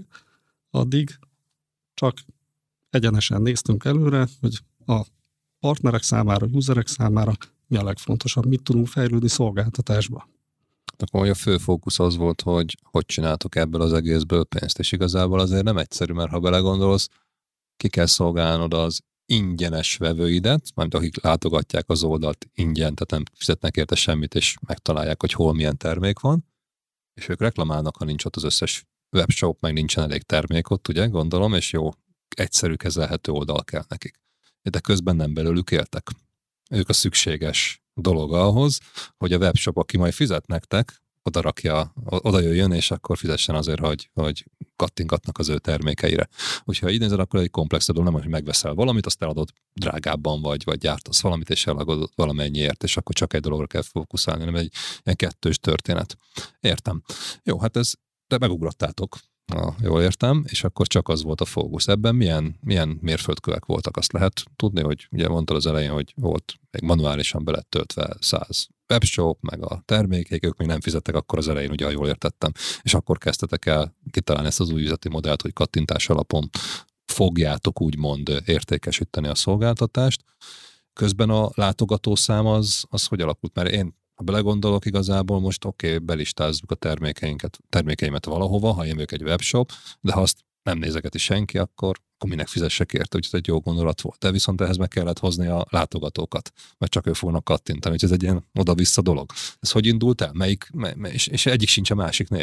addig csak egyenesen néztünk előre, hogy a partnerek számára, a userek számára mi a legfontosabb, mit tudunk fejlődni szolgáltatásba. Akkor a fő fókusz az volt, hogy hogy csináltok ebből az egészből pénzt, és igazából azért nem egyszerű, mert ha belegondolsz, ki kell szolgálnod az ingyenes vevőidet, mármint akik látogatják az oldalt ingyen, tehát nem fizetnek érte semmit, és megtalálják, hogy hol milyen termék van, és ők reklamálnak, ha nincs ott az összes webshop, meg nincsen elég termék ott, ugye, gondolom, és jó, egyszerű kezelhető oldal kell nekik. De közben nem belőlük éltek. Ők a szükséges dolog ahhoz, hogy a webshop, aki majd fizet nektek, oda rakja, oda jöjjön, és akkor fizessen azért, hogy, hogy kattingatnak az ő termékeire. Úgyhogy ha így nézel, akkor egy komplexebb dolog, nem, hogy megveszel valamit, azt eladod drágábban, vagy, vagy gyártasz valamit, és eladod valamennyiért, és akkor csak egy dologra kell fókuszálni, nem egy ilyen kettős történet. Értem. Jó, hát ez, de megugrottátok. Ha jól értem, és akkor csak az volt a fókusz. Ebben milyen, milyen mérföldkövek voltak? Azt lehet tudni, hogy ugye mondtad az elején, hogy volt még manuálisan be lett töltve száz webshop, meg a termékeik, ők még nem fizettek akkor az elején, ugye, ha jól értettem. És akkor kezdtetek el kitalálni ezt az új üzleti modellt, hogy kattintás alapon fogjátok úgymond értékesíteni a szolgáltatást. Közben a látogatószám az, az hogy alakult? Mert én ha belegondolok, igazából most oké, okay, belistázzuk a termékeinket, termékeimet valahova, ha én vagyok egy webshop, de ha azt nem nézegeti senki, akkor, akkor minek fizessek érte, úgyhogy egy jó gondolat volt. De viszont ehhez meg kellett hozni a látogatókat, mert csak ők fognak kattintani, úgyhogy ez egy ilyen oda-vissza dolog. Ez hogy indult el? Melyik, mely, és, és egyik sincs a másik nélkül.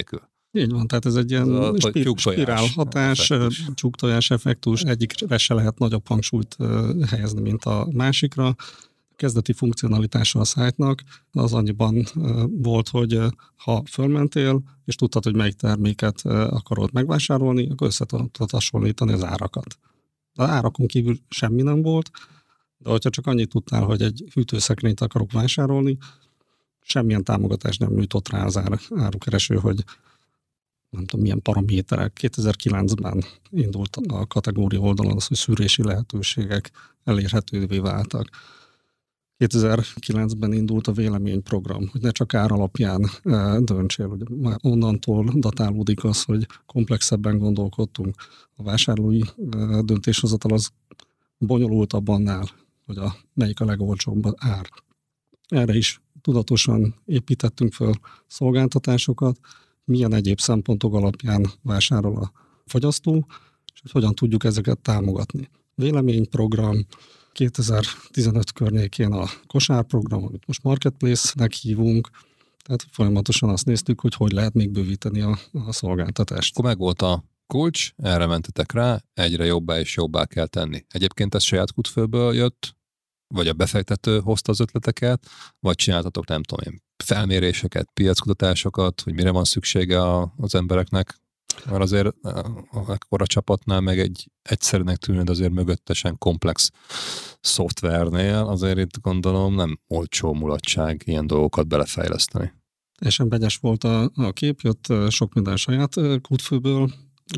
Így van, tehát ez egy ilyen ez a, spir- spirál hatás, csúktojás effektus, egyikre se lehet nagyobb hangsúlyt helyezni, mint a másikra. A kezdeti funkcionalitása a szájtnak az annyiban volt, hogy ha fölmentél, és tudtad, hogy melyik terméket akarod megvásárolni, akkor össze tudtad hasonlítani az árakat. Az árakon kívül semmi nem volt, de hogyha csak annyit tudtál, hogy egy hűtőszekrényt akarok vásárolni, semmilyen támogatást nem nyújtott rá az ár, árukereső, hogy nem tudom milyen paraméterek. kétezer-kilencben indult a kategória oldalon az, hogy szűrési lehetőségek elérhetővé váltak. kétezer-kilencben indult a véleményprogram, hogy ne csak ár alapján döntsél, hogy már onnantól datálódik az, hogy komplexebben gondolkodtunk. A vásárlói döntéshozatal az bonyolultabb annál, hogy a, melyik a legolcsóbb ár. Erre is tudatosan építettünk föl szolgáltatásokat, milyen egyéb szempontok alapján vásárol a fogyasztó, és hogy hogyan tudjuk ezeket támogatni. Véleményprogram, kétezer-tizenöt környékén a kosárprogram, amit most Marketplace-nek hívunk, tehát folyamatosan azt néztük, hogy hogy lehet még bővíteni a, a szolgáltatást. Akkor meg volt a kulcs, erre mentetek rá, egyre jobbá és jobbá kell tenni. Egyébként ez saját kutfőből jött, vagy a befektető hozta az ötleteket, vagy csináltatok, nem tudom én, felméréseket, piackutatásokat, hogy mire van szüksége a, az embereknek, mert azért akkor a csapatnál meg egy egyszerűnek tűnő, de azért mögöttesen komplex szoftvernél azért itt gondolom nem olcsó mulatság ilyen dolgokat belefejleszteni. Teljesen begyes volt a, a kép, jött sok minden saját kútfőből,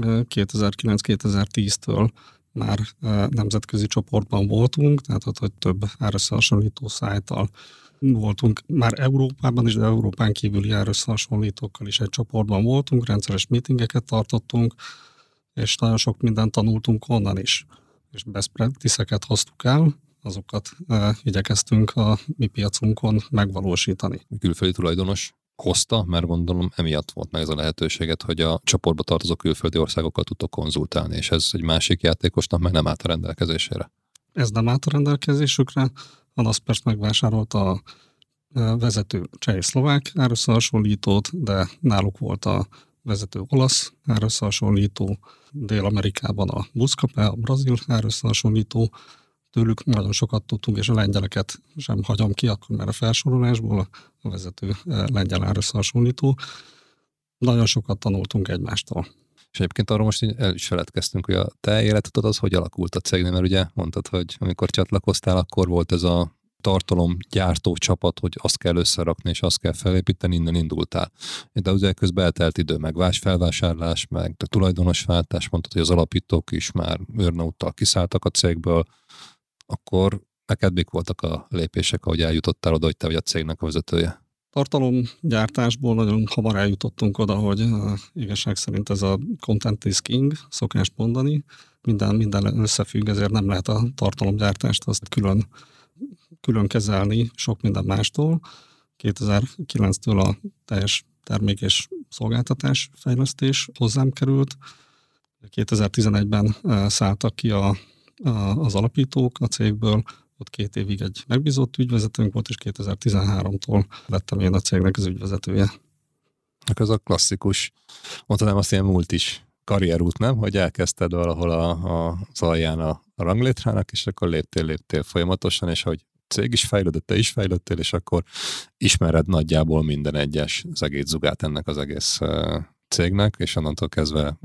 kétezer-kilenc-kétezer-tíztől már nemzetközi csoportban voltunk, tehát ott, hogy több árösszehasonlító szájttal voltunk, már Európában is, de Európán kívüli árösszehasonlítókkal is egy csoportban voltunk, rendszeres meetingeket tartottunk, és nagyon sok mindent tanultunk onnan is. És best practice-eket hoztuk el, azokat e, igyekeztünk a mi piacunkon megvalósítani. Külföldi tulajdonos hozta, mert gondolom emiatt volt meg ez a lehetőséget, hogy a csoportba tartozó külföldi országokkal tudtok konzultálni, és ez egy másik játékosnak meg nem állt a rendelkezésére. Ez nem állt a rendelkezésükre, a Naspers megvásárolta a vezető cseh és szlovák árösszehasonlítót, de náluk volt a vezető olasz árösszehasonlító, Dél-Amerikában a Buscapé, a brazil árösszehasonlító, tőlük nagyon sokat tudtunk, és a lengyeleket sem hagyom ki, akkor már a felsorolásból a vezető lengyel árösszehasonlító. Nagyon sokat tanultunk egymástól. És egyébként arról most el is feledkeztünk, hogy a te életutat az hogy alakult a cégnél, mert ugye mondtad, hogy amikor csatlakoztál, akkor volt ez a tartalomgyártó csapat, hogy azt kell összerakni, és azt kell felépíteni, innen indultál. De ugye közben eltelt idő, meg vás felvásárlás, meg a tulajdonosváltás, mondtad, hogy az alapítók is már earnout-tal kiszálltak a cégből, akkor neked mik voltak a lépések, ahogy eljutottál oda, hogy te vagy a cégnek a vezetője? Tartalomgyártásból nagyon hamar eljutottunk oda, hogy uh, igazság szerint ez a content is king, szokás mondani. Minden, minden összefügg, ezért nem lehet a tartalomgyártást azt külön, külön kezelni sok minden mástól. kétezer-kilenctől a teljes termék és szolgáltatás fejlesztés hozzám került. kétezer-tizenegyben uh, szálltak ki a, a, az alapítók a cégből, ott két évig egy megbízott ügyvezetőnk volt, és kétezer-tizenháromtól lettem én a cégnek az ügyvezetője. Ez a klasszikus, mondhatnám azt ilyen multis karrierút, nem? Hogy elkezdted valahol a, a, az alján a, a ranglétrának, és akkor léptél, léptél folyamatosan, és hogy cég is fejlődött, te is fejlődtél, és akkor ismered nagyjából minden egyes zegétzugát ennek az egész uh, cégnek, és onnantól kezdve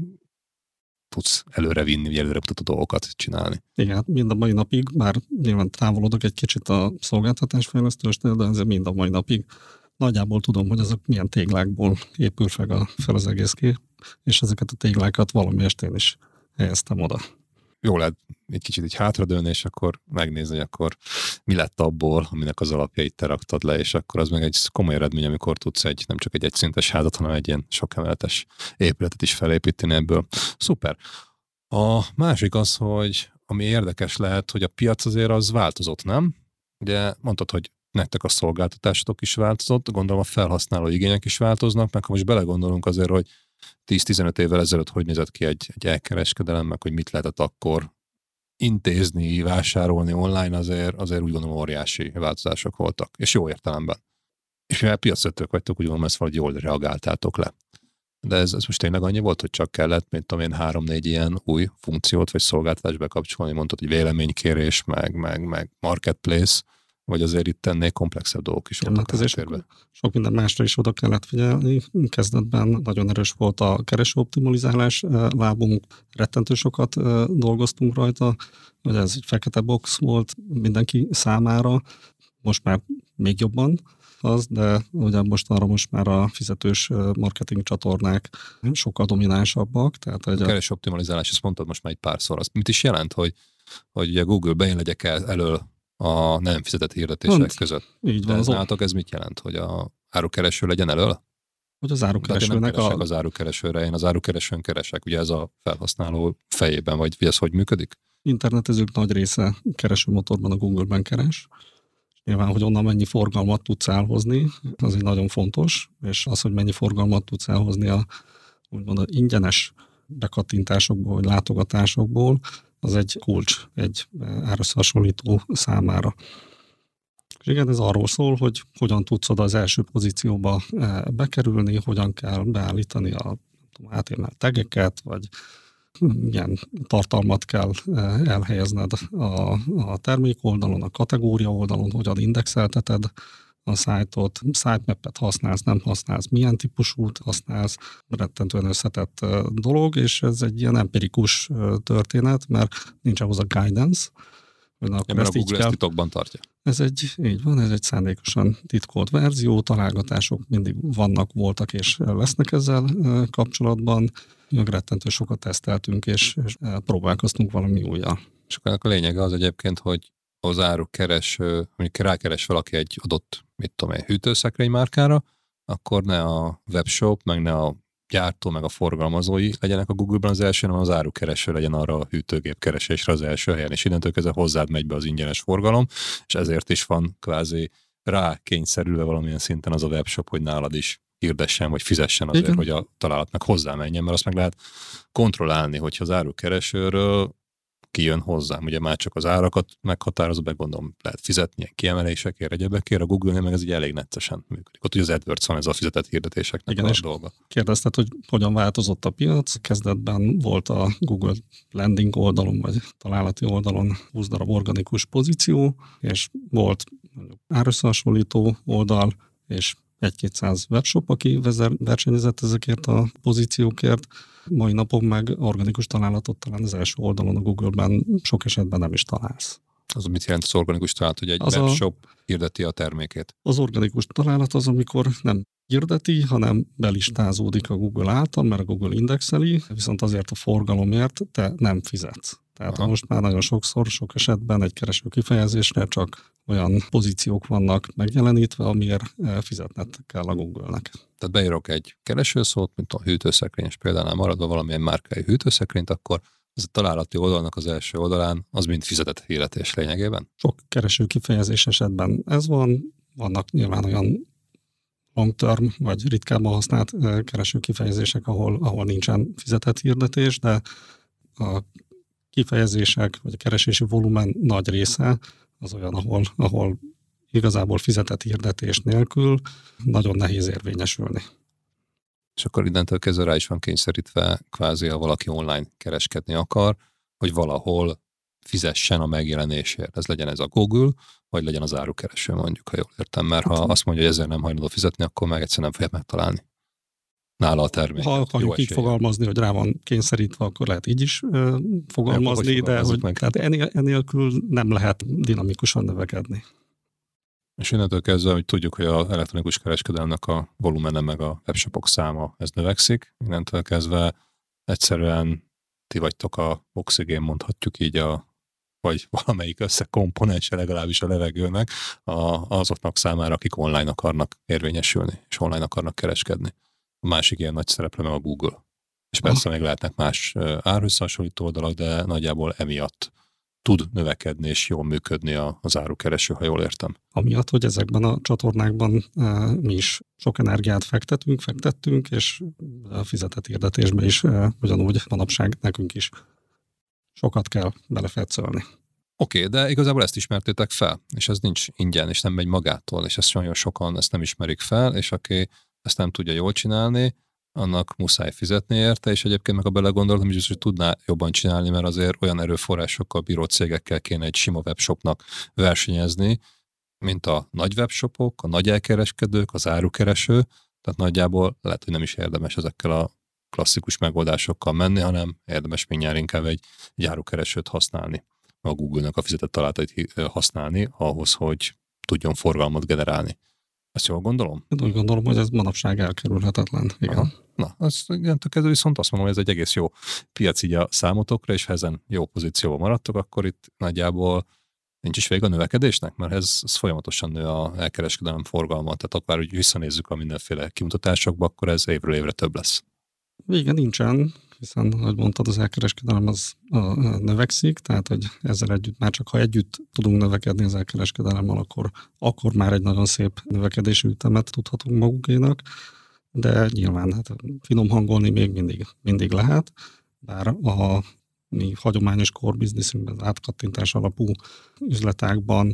tudsz előre vinni, vagy előre mutató dolgokat csinálni. Igen, mind a mai napig, már nyilván távolodok egy kicsit a szolgáltatásfejlesztősnél, de azért mind a mai napig nagyjából tudom, hogy azok milyen téglákból épül fel, a, fel az egész kép, és ezeket a téglákat valami estén is helyeztem oda. Jó lehet egy kicsit így hátradőlni, és akkor megnézni, hogy akkor mi lett abból, aminek az alapjait te raktad le, és akkor az meg egy komoly eredmény, amikor tudsz egy, nem csak egy egyszintes házat, hanem egy ilyen sok emeletes épületet is felépíteni ebből. Szuper. A másik az, hogy ami érdekes lehet, hogy a piac azért az változott, nem? Ugye mondtad, hogy nektek a szolgáltatásotok is változott, gondolom a felhasználó igények is változnak, meg ha most belegondolunk azért, hogy tíz-tizenöt évvel ezelőtt hogy nézett ki egy, egy elkereskedelem, meg hogy mit lehetett akkor intézni, vásárolni online, azért, azért úgy gondolom óriási változások voltak, és jó értelemben. És mivel piacvezetők vagytok, úgy gondolom, ezt valahogy jól reagáltátok le. De ez, ez most tényleg annyi volt, hogy csak kellett, mint tudom én, három-négy ilyen új funkciót vagy szolgáltatást bekapcsolni, mondtad, hogy véleménykérés, meg, meg, meg marketplace, vagy azért itt ennél komplexebb dolgok is voltak a háttérben. Sok minden másra is oda kellett figyelni. Kezdetben nagyon erős volt a keresőoptimalizálás lábunk, rettentő sokat dolgoztunk rajta, hogy ez egy fekete box volt mindenki számára, most már még jobban az, de ugye most arra most már a fizetős marketing csatornák sokkal dominánsabbak. Tehát, a keresőoptimalizálás, ezt mondtad most már egy párszor. Azt mit is jelent, hogy, hogy ugye Google-be én legyek el, elől a nem fizetett hirdetések Pont. között. Így van. De nálatok ez mit jelent, hogy a árukereső legyen elől? Hogy az árukeresőnek a... a... az árukeresőre, én az árukeresőn keresek. Ugye ez a felhasználó fejében, vagy ez hogy működik? Internetezők nagy része keresőmotorban a Google-ben keres. Nyilván, hogy onnan mennyi forgalmat tudsz elhozni, az egy nagyon fontos, és az, hogy mennyi forgalmat tudsz elhozni a úgymond a ingyenes bekattintásokból, vagy látogatásokból, az egy kulcs egy árösszehasonlító számára. És igen, ez arról szól, hogy hogyan tudsz oda az első pozícióba bekerülni, hogyan kell beállítani a há té em el tageket, vagy milyen tartalmat kell elhelyezned a, a termék oldalon, a kategória oldalon, hogyan indexelteted a szájtot, sitemap-et használsz, nem használsz, milyen típusút használsz, rettentően összetett dolog, és ez egy ilyen empirikus történet, mert nincs ahhoz a guidance. Hogy ja, mert a Google ezt titokban tartja. Ez egy, így van, ez egy szándékosan titkolt verzió, találgatások mindig vannak, voltak és lesznek ezzel kapcsolatban. Meg rettentő sokat teszteltünk, és, és próbálkoztunk valami újjal. És akkor a lényege az egyébként, hogy az árukereső, mondjuk rákeres valaki egy adott, mit tudom én, hűtőszekrény márkára, akkor ne a webshop, meg ne a gyártó, meg a forgalmazói legyenek a Google-ben az első, hanem az árukereső legyen arra a hűtőgép keresésre az első helyen, és innentől kezdve hozzád megy be az ingyenes forgalom, és ezért is van kvázi rákényszerülve valamilyen szinten az a webshop, hogy nálad is hirdessen, vagy fizessen azért, igen, hogy a találat meg hozzá menjen, mert azt meg lehet kontrollálni, hogyha az árukeresőről kijön hozzám. Ugye már csak az árakat meghatározza, be gondolom lehet fizetni ilyen kiemelésekért, egyebekért, a Google-nél meg ez így elég neccesen működik. Ott ugye az AdWords van, ez a fizetett hirdetéseknek igen, a dolga. Kérdezted, hogy hogyan változott a piac. Kezdetben volt a Google landing oldalon, vagy találati oldalon húsz darab organikus pozíció, és volt árösszehasonlító oldal, és egy-kétszáz webshop, aki versenyezett ezekért a pozíciókért. Mai napon meg organikus találatot talán az első oldalon a Google-ben sok esetben nem is találsz. Az mit jelent az organikus találat, hogy egy az webshop a, hirdeti a termékét? Az organikus találat az, amikor nem hirdeti, hanem belistázódik a Google által, mert a Google indexeli, viszont azért a forgalomért te nem fizetsz. Tehát aha, most már nagyon sokszor, sok esetben egy kereső kifejezésre csak olyan pozíciók vannak megjelenítve, amiért fizetned kell a Google-nek. Tehát beírok egy keresőszót, mint a hűtőszekrényes példánál maradva valamilyen márkai hűtőszekrényt, akkor ez a találati oldalnak az első oldalán az mind fizetett hirdetés lényegében? Sok kereső kifejezés esetben ez van, vannak nyilván olyan long-term vagy ritkábban használt kereső kifejezések, ahol, ahol nincsen fizetett hirdetés, de a kifejezések vagy a keresési volumen nagy része az olyan, ahol, ahol igazából fizetett hirdetés nélkül nagyon nehéz érvényesülni. És akkor innentől kezdve rá is van kényszerítve kvázi, ha valaki online kereskedni akar, hogy valahol fizessen a megjelenésért. Ez legyen ez a Google, vagy legyen az árukereső mondjuk, ha jól értem. Mert ha azt mondja, hogy ezért nem hajlandó fizetni, akkor meg egyszerűen nem fogja megtalálni nála a terméket. Ha akarjuk így fogalmazni, hogy rá van kényszerítve, akkor lehet így is uh, fogalmazni, ja, de hogy, tehát ennél, enélkül nem lehet dinamikusan növekedni. És innentől kezdve, hogy tudjuk, hogy az elektronikus kereskedelemnek a volumene meg a webshopok száma, ez növekszik. Innentől kezdve egyszerűen ti vagytok a oxigén, mondhatjuk így, a, vagy valamelyik összekomponense legalábbis a levegőnek a, azoknak számára, akik online akarnak érvényesülni, és online akarnak kereskedni. A másik ilyen nagy szereplő meg a Google. És persze még lehetnek más árhösszehasonlító oldalak, de nagyjából emiatt tud növekedni és jól működni az árukereső, ha jól értem. Amiatt, hogy ezekben a csatornákban e, mi is sok energiát fektetünk, fektettünk, és a fizetett hirdetésbe is e, ugyanúgy manapság nekünk is sokat kell belefetszölni. Oké, okay, de igazából ezt ismertétek fel, és ez nincs ingyen, és nem megy magától, és ezt nagyon sokan ezt nem ismerik fel, és aki ezt nem tudja jól csinálni, annak muszáj fizetni érte, és egyébként meg a belegondoltam, is, hogy tudná jobban csinálni, mert azért olyan erőforrásokkal bíró cégekkel kéne egy sima webshopnak versenyezni, mint a nagy webshopok, a nagy elkereskedők, az árukereső, tehát nagyjából lehet, hogy nem is érdemes ezekkel a klasszikus megoldásokkal menni, hanem érdemes mindjárt inkább egy, egy árukeresőt használni, a Google-nek a fizetett találatait használni ahhoz, hogy tudjon forgalmat generálni. Ezt jól gondolom? Én úgy gondolom, hogy ez manapság elkerülhetetlen. Igen. Aha. Na, ez innentől kezdve viszont azt mondom, hogy ez egy egész jó piac így a számotokra, és ha ezen jó pozícióban maradtok, akkor itt nagyjából nincs is vége a növekedésnek, mert ez, ez folyamatosan nő a elkereskedelem forgalma, tehát akár, hogy visszanézzük a mindenféle kimutatásokba, akkor ez évről évre több lesz. Vége nincsen, hiszen, ahogy mondtad, az elkereskedelem az a, a növekszik, tehát, hogy ezzel együtt, már csak ha együtt tudunk növekedni az elkereskedelemmel, akkor, akkor már egy nagyon szép növekedési ütemet tudhatunk magunkénak, de nyilván hát finom hangolni még mindig, mindig lehet, bár a mi hagyományos core businessünkben, az átkattintás alapú üzletákban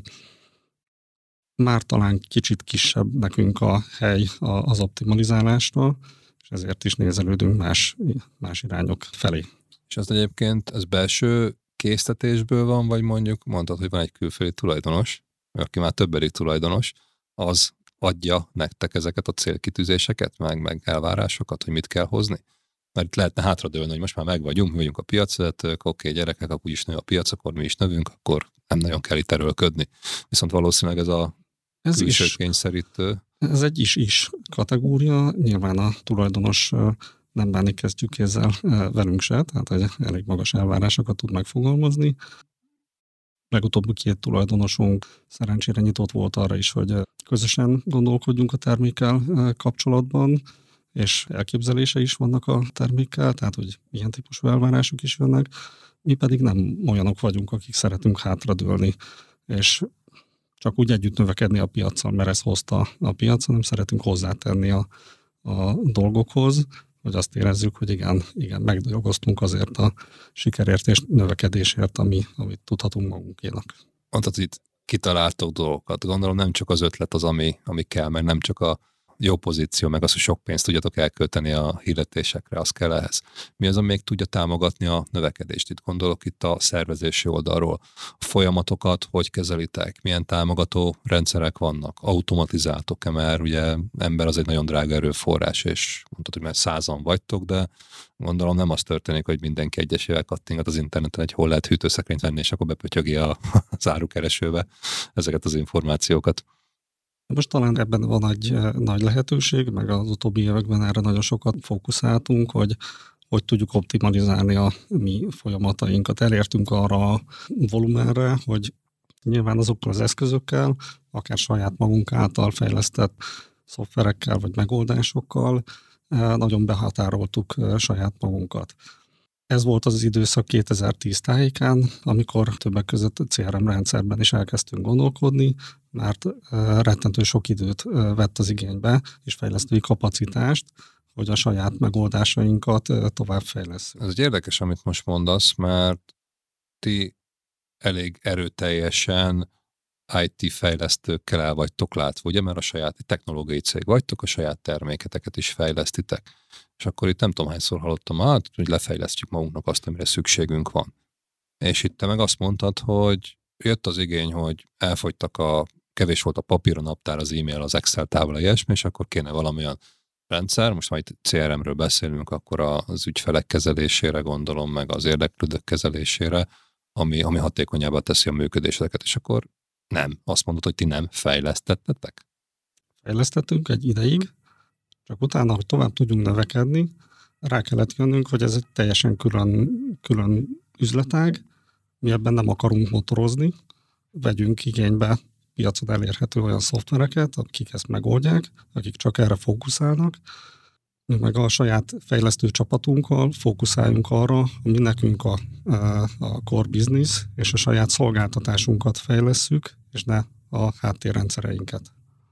már talán kicsit kisebb nekünk a hely az optimalizálásra, és ezért is nézelődünk más, más irányok felé. És ez egyébként ez belső késztetésből van, vagy mondjuk mondtad, hogy van egy külföldi tulajdonos, aki már többedik tulajdonos, az adja nektek ezeket a célkitűzéseket, meg, meg elvárásokat, hogy mit kell hozni? Mert itt lehetne hátradőlni, hogy most már meg vagyunk, mi vagyunk a piacvezetők, oké, gyerekek, akkor is nő a piac, akkor mi is növünk, akkor nem nagyon kell itt erőlködni. Viszont valószínűleg ez a ez külső is kényszerítő. Ez egy is-is kategória, nyilván a tulajdonos nem bánik kesztyűkézzel velünk se, tehát egy elég magas elvárásokat tud megfogalmazni. Legutóbbi két tulajdonosunk szerencsére nyitott volt arra is, hogy közösen gondolkodjunk a termékkel kapcsolatban, és elképzelése is vannak a termékkel, tehát hogy ilyen típusú elvárások is jönnek. Mi pedig nem olyanok vagyunk, akik szeretünk hátradőlni, és csak úgy együtt növekedni a piacon, mert ez hozta a piacon, nem szeretünk hozzátenni a, a dolgokhoz, hogy azt érezzük, hogy igen, igen, megdolgoztunk azért a sikerért és növekedésért, ami, amit tudhatunk magunkénak. Mondtad, hogy itt kitaláltok dolgokat. Gondolom nem csak az ötlet az, ami, ami kell, mert nem csak a jó pozíció, meg az, hogy sok pénzt tudjatok elkölteni a hirdetésekre, az kell ehhez. Mi az, ami még tudja támogatni a növekedést? Itt gondolok itt a szervezési oldalról. A folyamatokat hogy kezelitek? Milyen támogató rendszerek vannak? Automatizáltok-e, mert ugye ember az egy nagyon drága erőforrás, és mondtad, hogy már százan vagytok, de gondolom nem az történik, hogy mindenki egyesével kattingat az interneten, egy hol lehet hűtőszekrényt venni, és akkor bepötyögi a zárukeresőbe ezeket az információkat. Most talán ebben van egy nagy lehetőség, meg az utóbbi években erre nagyon sokat fókuszáltunk, hogy hogy tudjuk optimalizálni a mi folyamatainkat. Elértünk arra a volumenre, hogy nyilván azokkal az eszközökkel, akár saját magunk által fejlesztett szoftverekkel vagy megoldásokkal nagyon behatároltuk saját magunkat. Ez volt az az időszak kétezer-tíz tájékán, amikor többek között a cé er em rendszerben is elkezdtünk gondolkodni, mert rettentő sok időt vett az igénybe, és fejlesztői kapacitást, hogy a saját megoldásainkat továbbfejlesszük. Ez egy érdekes, amit most mondasz, mert ti elég erőteljesen i té fejlesztőkkel el vagytok látva, ugye, mert a saját technológiai cég vagytok, a saját terméketeket is fejlesztitek. És akkor itt nem tudom hányszor hallottam, hát, hogy lefejlesztjük magunknak azt, amire szükségünk van. És itt te meg azt mondtad, hogy jött az igény, hogy elfogytak a, kevés volt a papír, a naptár, az e-mail, az Excel tábla, ilyesmi, és akkor kéne valamilyen rendszer, most majd cé er em-ről beszélünk, akkor az ügyfelek kezelésére gondolom, meg az érdeklődők kezelésére, ami, ami hatékonyabbá teszi a működéseket, és akkor nem. Azt mondod, hogy ti nem fejlesztettetek? Fejlesztettünk egy ideig, csak utána, hogy tovább tudjunk növekedni, rá kellett jönnünk, hogy ez egy teljesen külön, külön üzletág, mi ebben nem akarunk motorozni, vegyünk igénybe piacon elérhető olyan szoftvereket, akik ezt megoldják, akik csak erre fókuszálnak, mi meg a saját fejlesztő csapatunkkal fókuszáljunk arra, ami nekünk a, a core business és a saját szolgáltatásunkat fejlesszük, és ne a háttérrendszereinket.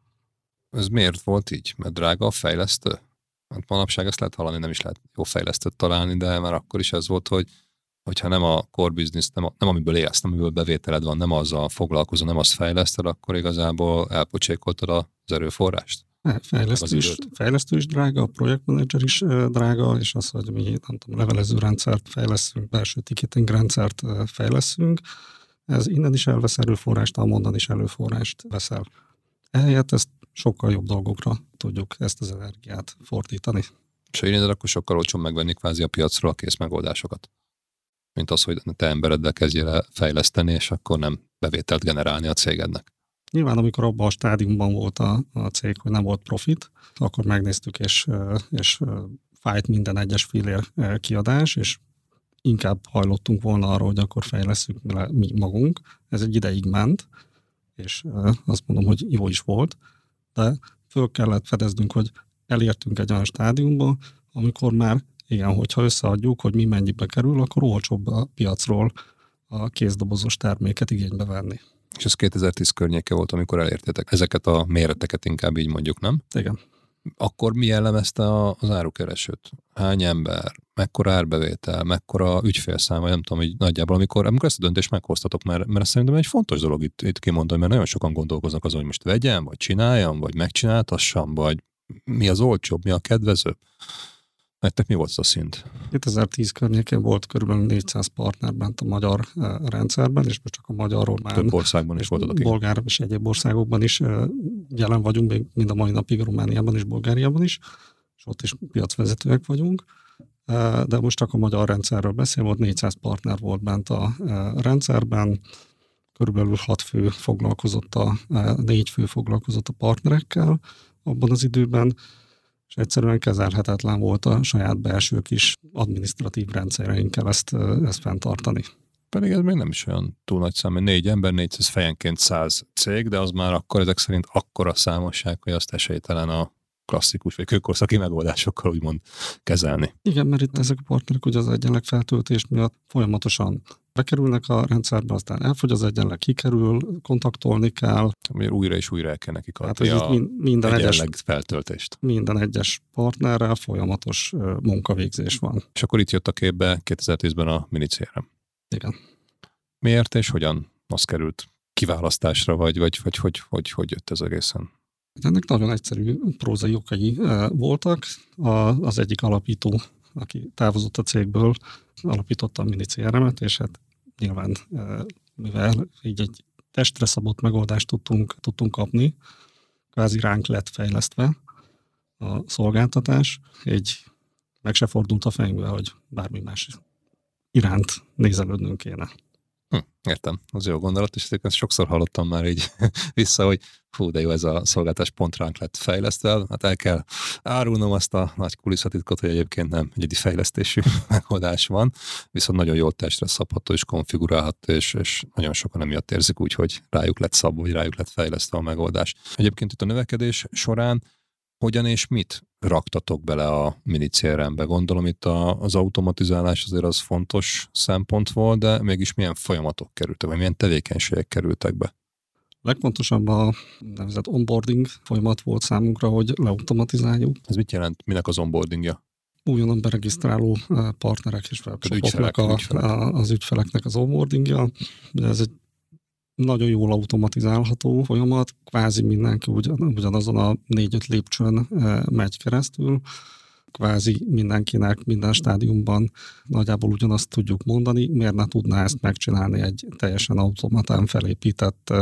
Ez miért volt így? Mert drága a fejlesztő? Hát manapság ezt lehet hallani, nem is lehet jó fejlesztőt találni, de már akkor is ez volt, hogy hogyha nem a core business, nem, a, nem amiből élsz, nem amiből bevételed van, nem azzal foglalkozol, nem azt fejleszted, akkor igazából elpocsékoltad az erőforrást? Fejlesztő is, fejlesztő is drága, a projektmenedzser is drága, és az, hogy mi, nem tudom, levelező rendszert fejleszünk, belső ticketing rendszert fejleszünk, ez innen is elvesz erőforrást, amonnan is előforrást veszel. Ehelyett ezt sokkal jobb dolgokra tudjuk ezt az energiát fordítani. És ha én akkor sokkal olcsón megvenni kvázi a piacról a kész megoldásokat. Mint az, hogy te embereddel kezdjél el fejleszteni, és akkor nem bevételt generálni a cégednek. Nyilván, amikor abban a stádiumban volt a, a cég, hogy nem volt profit, akkor megnéztük, és, és fájt minden egyes fillér kiadás, és inkább hajlottunk volna arra, hogy akkor fejleszünk mi magunk. Ez egy ideig ment, és azt mondom, hogy jó is volt, de föl kellett fedeznünk, hogy elértünk egy olyan stádiumba, amikor már, igen, hogyha összeadjuk, hogy mi mennyibe kerül, akkor olcsóbb a piacról a kézdobozos terméket igénybe venni. És ez kétezer-tíz környéke volt, amikor elértétek ezeket a méreteket, inkább így mondjuk, nem? Igen. Akkor mi jellemezte az árukeresőt? Hány ember? Mekkora árbevétel? Mekkora ügyfélszám? Vagy nem tudom, így nagyjából, amikor, amikor ezt a döntést meghoztatok, mert, mert szerintem egy fontos dolog itt, itt kimondani, mert nagyon sokan gondolkoznak azon, hogy most vegyem, vagy csináljam, vagy megcsináltassam, vagy mi az olcsóbb, mi a kedvezőbb. Nektek mi volt az a szint? kétezer-tíz környékén volt körülbelül négyszáz partner bent a magyar rendszerben, és most csak a magyar, román, több országban is voltatok. Bolgár és egyéb országokban is jelen vagyunk, még mind a mai napig Romániában és Bulgáriában is, és ott is piacvezetőek vagyunk. De most csak a magyar rendszerről beszél, volt négyszáz partner volt bent a rendszerben, körülbelül hat fő foglalkozott a, négy fő foglalkozott a partnerekkel abban az időben, és egyszerűen kezelhetetlen volt a saját belső kis adminisztratív rendszereinkkel ezt, ezt fenntartani. Pedig ez még nem is olyan túl nagy szám, mert négy ember, négyszáz fejenként száz cég, de az már akkor ezek szerint akkora számosság, hogy azt esélytelen a klasszikus vagy kőkorszaki megoldásokkal úgymond kezelni. Igen, mert itt ezek a partnerek ugye az egyenleg feltöltés miatt folyamatosan bekerülnek a rendszerbe, aztán elfogy az egyenleg, kikerül, kontaktolni kell. Miért újra és újra el kell nekik adni hát, a minden egyenleg egyes, feltöltést. Minden egyes partnerrel folyamatos munkavégzés van. És akkor itt jött a képbe kétezer-tízben a mini cé er em. Igen. Miért és hogyan az került kiválasztásra, vagy, vagy, vagy hogy, hogy, hogy jött ez egészen? Ennek nagyon egyszerű prózai okai voltak. A, az egyik alapító, aki távozott a cégből, alapította a mini cé er emet, és hát nyilván, mivel így egy testre szabott megoldást tudtunk, tudtunk kapni, kvázi ránk lett fejlesztve a szolgáltatás, így meg se fordult a fejünkbe, hogy bármi más iránt nézelődnünk kéne. Hm, értem, az jó gondolat, és ezt sokszor hallottam már így vissza, hogy fú, de jó, ez a szolgáltatás pont ránk lett fejlesztve, hát el kell árulnom azt a nagy kulisszatitkot, hogy egyébként nem egyedi fejlesztésű megoldás van, viszont nagyon jól testre szabható és konfigurálható, és, és nagyon sokan emiatt érzik úgy, hogy rájuk lett szabva, vagy rájuk lett fejlesztve a megoldás. Egyébként itt a növekedés során hogyan és mit raktatok bele a mini cé er embe? Gondolom itt a, az automatizálás azért az fontos szempont volt, de mégis milyen folyamatok kerültek, vagy milyen tevékenységek kerültek be? Legfontosabb a nevezett onboarding folyamat volt számunkra, hogy leautomatizáljuk. Ez mit jelent? Minek az onboardingja? Újonnan beregisztráló partnerek és webshopoknak a, ügyfelek. A, az ügyfeleknek az onboardingja. Ez egy nagyon jól automatizálható folyamat, kvázi mindenki ugyan, ugyanazon a négy-öt lépcsőn megy keresztül, kvázi mindenkinek minden stádiumban nagyjából ugyanazt tudjuk mondani, miért ne tudná ezt megcsinálni egy teljesen automatán felépített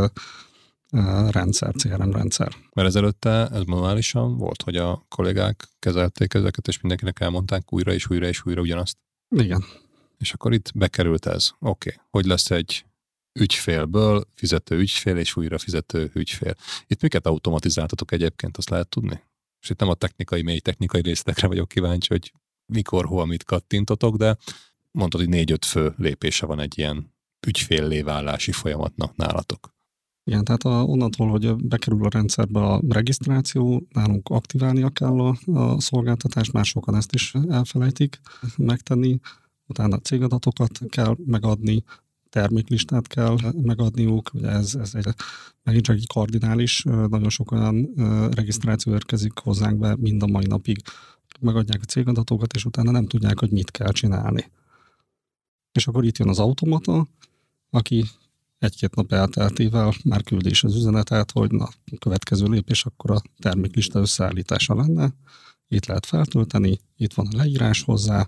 rendszer, cé er em rendszer. Mert ezelőtte ez manuálisan volt, hogy a kollégák kezelték ezeket, és mindenkinek elmondták újra és újra és újra ugyanazt? Igen. És akkor itt bekerült ez. Oké, okay. Hogy lesz egy ügyfélből fizető ügyfél és újra fizető ügyfél. Itt miket automatizáltatok egyébként, azt lehet tudni? És itt nem a technikai, mély technikai részletekre vagyok kíváncsi, hogy mikor, hol, mit kattintotok, de mondtad, hogy négy-öt fő lépése van egy ilyen ügyféllé válási folyamatnak nálatok. Igen, tehát a, onnantól, hogy bekerül a rendszerbe a regisztráció, nálunk aktiválnia kell a, a szolgáltatást, már sokan ezt is elfelejtik megtenni, utána cégadatokat kell megadni, terméklistát kell megadniuk, ugye ez, ez egy, megint csak egy kardinális, nagyon sok olyan regisztráció érkezik hozzánk be mind a mai napig. Megadják a cégadatokat, és utána nem tudják, hogy mit kell csinálni. És akkor itt jön az automata, aki egy-két nap elteltével már küldi is az üzenetet, hogy na, a következő lépés akkor a terméklista összeállítása lenne, itt lehet feltölteni, itt van a leírás hozzá,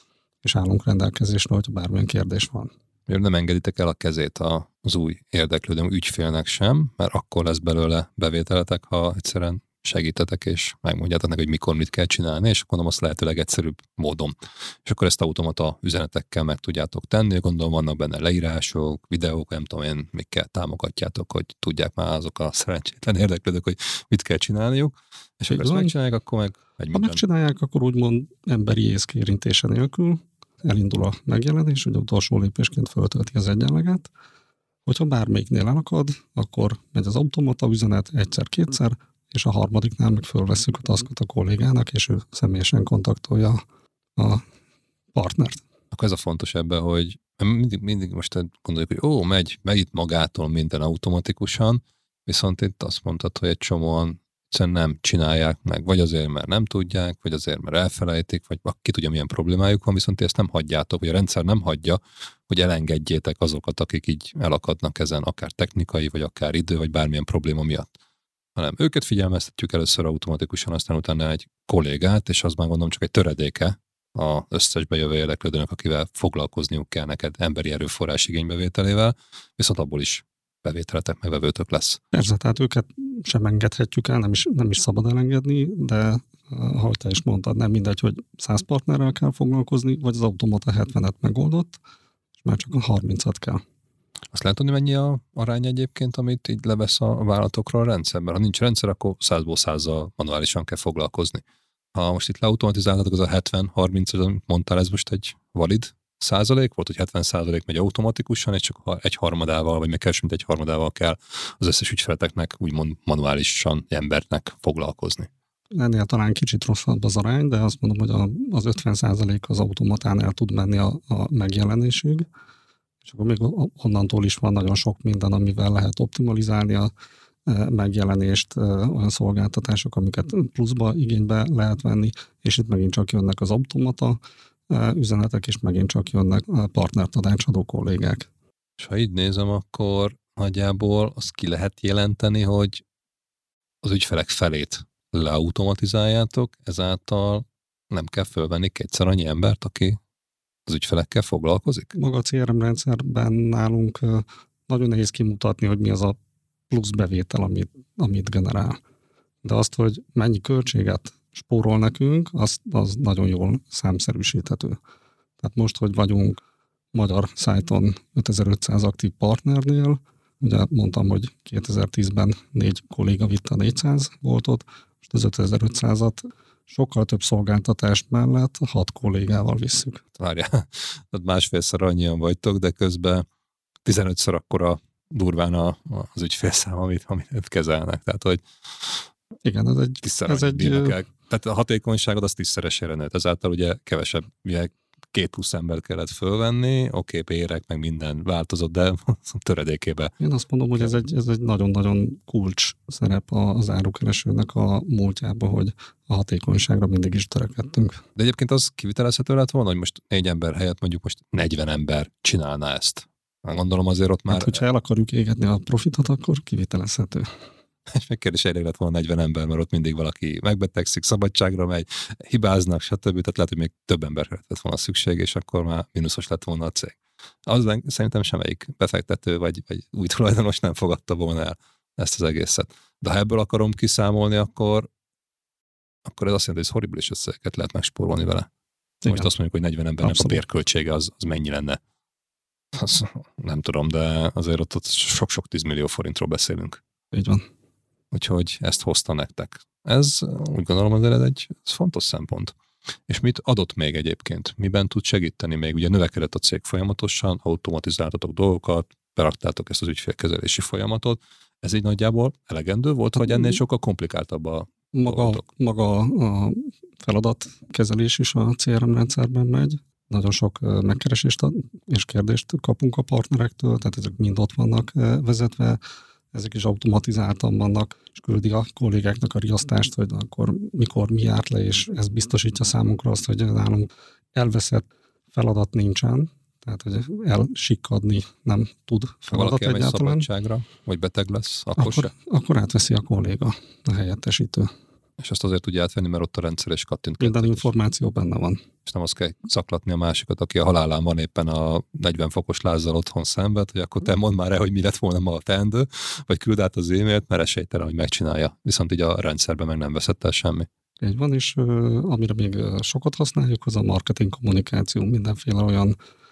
és állunk rendelkezésre, hogyha bármilyen kérdés van. Miért nem engeditek el a kezét az új érdeklődő ügyfélnek sem, mert akkor lesz belőle bevételetek, ha egyszerűen segítetek, és megmondjátok neki, hogy mikor mit kell csinálni, és akkor azt lehetőleg egyszerűbb módon. És akkor ezt automata üzenetekkel meg tudjátok tenni, gondolom vannak benne leírások, videók, nem tudom én, mikkel támogatjátok, hogy tudják már azok a szerencsétlen érdeklődők, hogy mit kell csinálniuk, és akkor ezt megcsinálják, akkor meg egy Ha minden. megcsinálják, akkor úgymond emberi észkérintése nélkül elindul a megjelenés, hogy utolsó lépésként föltölti az egyenleget. Hogyha bármelyiknél elakad, akkor megy az automata üzenet egyszer-kétszer, és a harmadiknál meg fölvesszük a taskot a kollégának, és ő személyesen kontaktolja a partnert. Akkor ez a fontos ebben, hogy mindig, mindig most gondoljuk, hogy ó, megy, megy itt magától minden automatikusan, viszont itt azt mondtad, hogy egy csomóan egyszerűen nem csinálják meg, vagy azért, mert nem tudják, vagy azért, mert elfelejtik, vagy ki tudja, milyen problémájuk van, viszont ezt nem hagyjátok, vagy a rendszer nem hagyja, hogy elengedjétek azokat, akik így elakadnak ezen, akár technikai, vagy akár idő, vagy bármilyen probléma miatt. Hanem őket figyelmeztetjük először automatikusan, aztán utána egy kollégát, és az már gondolom csak egy töredéke az összes bejövő érdeklődőnek, akivel foglalkozniuk kell neked emberi erőforrás igénybevételével, viszont abból is bevételetek, meg vevőtök lesz. Persze, tehát őket sem engedhetjük el, nem is, nem is szabad elengedni, de ahogy te is mondtad, nem mindegy, hogy száz partnerrel kell foglalkozni, vagy az automata hetvenet megoldott, és már csak a harmincat kell. Azt lehet tudni, mennyi a arány egyébként, amit így levesz a vállalatokra a rendszer? Mert ha nincs rendszer, akkor százból százzal manuálisan kell foglalkozni. Ha most itt leautomatizáltatok, az a hetven harminc, amit mondtál, ez most egy valid százalék volt, hogy hetven százalék megy automatikusan, és csak egy harmadával, vagy még kevesebb, mint egy harmadával kell az összes ügyfeleteknek úgymond manuálisan embernek foglalkozni. Ennél talán kicsit rosszabb az arány, de azt mondom, hogy a, az ötven százalék az automatán el tud menni a, a megjelenésig, és akkor még onnantól is van nagyon sok minden, amivel lehet optimalizálni a megjelenést, olyan szolgáltatások, amiket pluszba igénybe lehet venni, és itt megint csak jönnek az automata üzenetek, és megint csak jönnek a partnertanácsadó kollégák. És ha így nézem, akkor nagyjából azt ki lehet jelenteni, hogy az ügyfelek felét leautomatizáljátok, ezáltal nem kell fölvenni kétszer annyi embert, aki az ügyfelekkel foglalkozik? Maga a cé er em rendszerben nálunk nagyon nehéz kimutatni, hogy mi az a plusz bevétel, amit, amit generál. De azt, hogy mennyi költséget spórol nekünk, az, az nagyon jól számszerűsíthető. Tehát most, hogy vagyunk magyar szájton ötezer-ötszáz aktív partnernél, ugye mondtam, hogy kétezer-tízben négy kolléga vitte a négyszáz voltot, most az ötezer-ötszázat sokkal több szolgáltatást mellett hat kollégával visszük. Várjál, tehát másfélszer annyian vagytok, de közben tizenötször akkora durván a, az ügyfélszám, amit, amit kezelnek. Tehát, hogy igen, ez egy... Ez egy el. Tehát a hatékonyságod az tízszeresére nőtt. Ezáltal ugye kevesebb, ugye két plusz embert kellett fölvenni, oké, bérek, meg minden változott, de töredékébe. Én azt mondom, hogy ez egy, ez egy nagyon-nagyon kulcs szerep az árukeresőnek a múltjában, hogy a hatékonyságra mindig is törekedtünk. De egyébként az kivitelezhető lett volna, hogy most négy ember helyett mondjuk most negyven ember csinálná ezt. Gondolom azért ott már... Hát, hogyha el akarjuk égetni a profitot, akkor kivitelezhető. És még kérdés, elég lett volna negyven ember, mert ott mindig valaki megbetegszik, szabadságra megy, hibáznak, stb. Tehát lehet, hogy még több emberre lett volna szükség, és akkor már mínuszos lett volna a cég. Az szerintem semmelyik befektető vagy, vagy új tulajdonos nem fogadta volna el ezt az egészet. De ha ebből akarom kiszámolni, akkor, akkor ez azt jelenti, hogy ez horribilis összegeket lehet megspórolni vele. Igen. Most azt mondjuk, hogy negyven embernek abszolút. A bérköltsége az, az mennyi lenne? Az, nem tudom, de azért ott, ott sok-sok tízmillió forintról beszélünk. Így van. Úgyhogy ezt hozta nektek. Ez úgy gondolom azért ez egy ez fontos szempont. És mit adott még egyébként? Miben tud segíteni még? Ugye növekedett a cég folyamatosan, automatizáltatok dolgokat, beraktátok ezt az ügyfélkezelési folyamatot. Ez így nagyjából elegendő volt, vagy ennél sokkal komplikáltabb a maga, maga a feladatkezelés is a cé er em rendszerben megy. Nagyon sok megkeresést és kérdést kapunk a partnerektől, tehát ezek mind ott vannak vezetve. Ezek is automatizáltan vannak, és küldi a kollégáknak a riasztást, hogy akkor mikor mi járt le, és ez biztosítja számunkra azt, hogy nálunk elveszett feladat nincsen. Tehát, hogy elsikkadni nem tud feladat valaki egyáltalán. Szabadságra, vagy beteg lesz, akkor, akkor, akkor átveszi a kolléga, a helyettesítő. És ezt azért tudja átvenni, mert ott a rendszer és kattint. Minden információ benne van. És nem azt kell szaklatni a másikat, aki a halálán van éppen a negyven fokos lázzal otthon szenved, hogy akkor te mondd már el, hogy mi lett volna ma a teendő, vagy küld át az e-mailt, mert esélytelen, hogy megcsinálja. Viszont így a rendszerben meg nem veszett el semmi. Így van, és amire még sokat használjuk, az a marketing kommunikáció, mindenféle olyan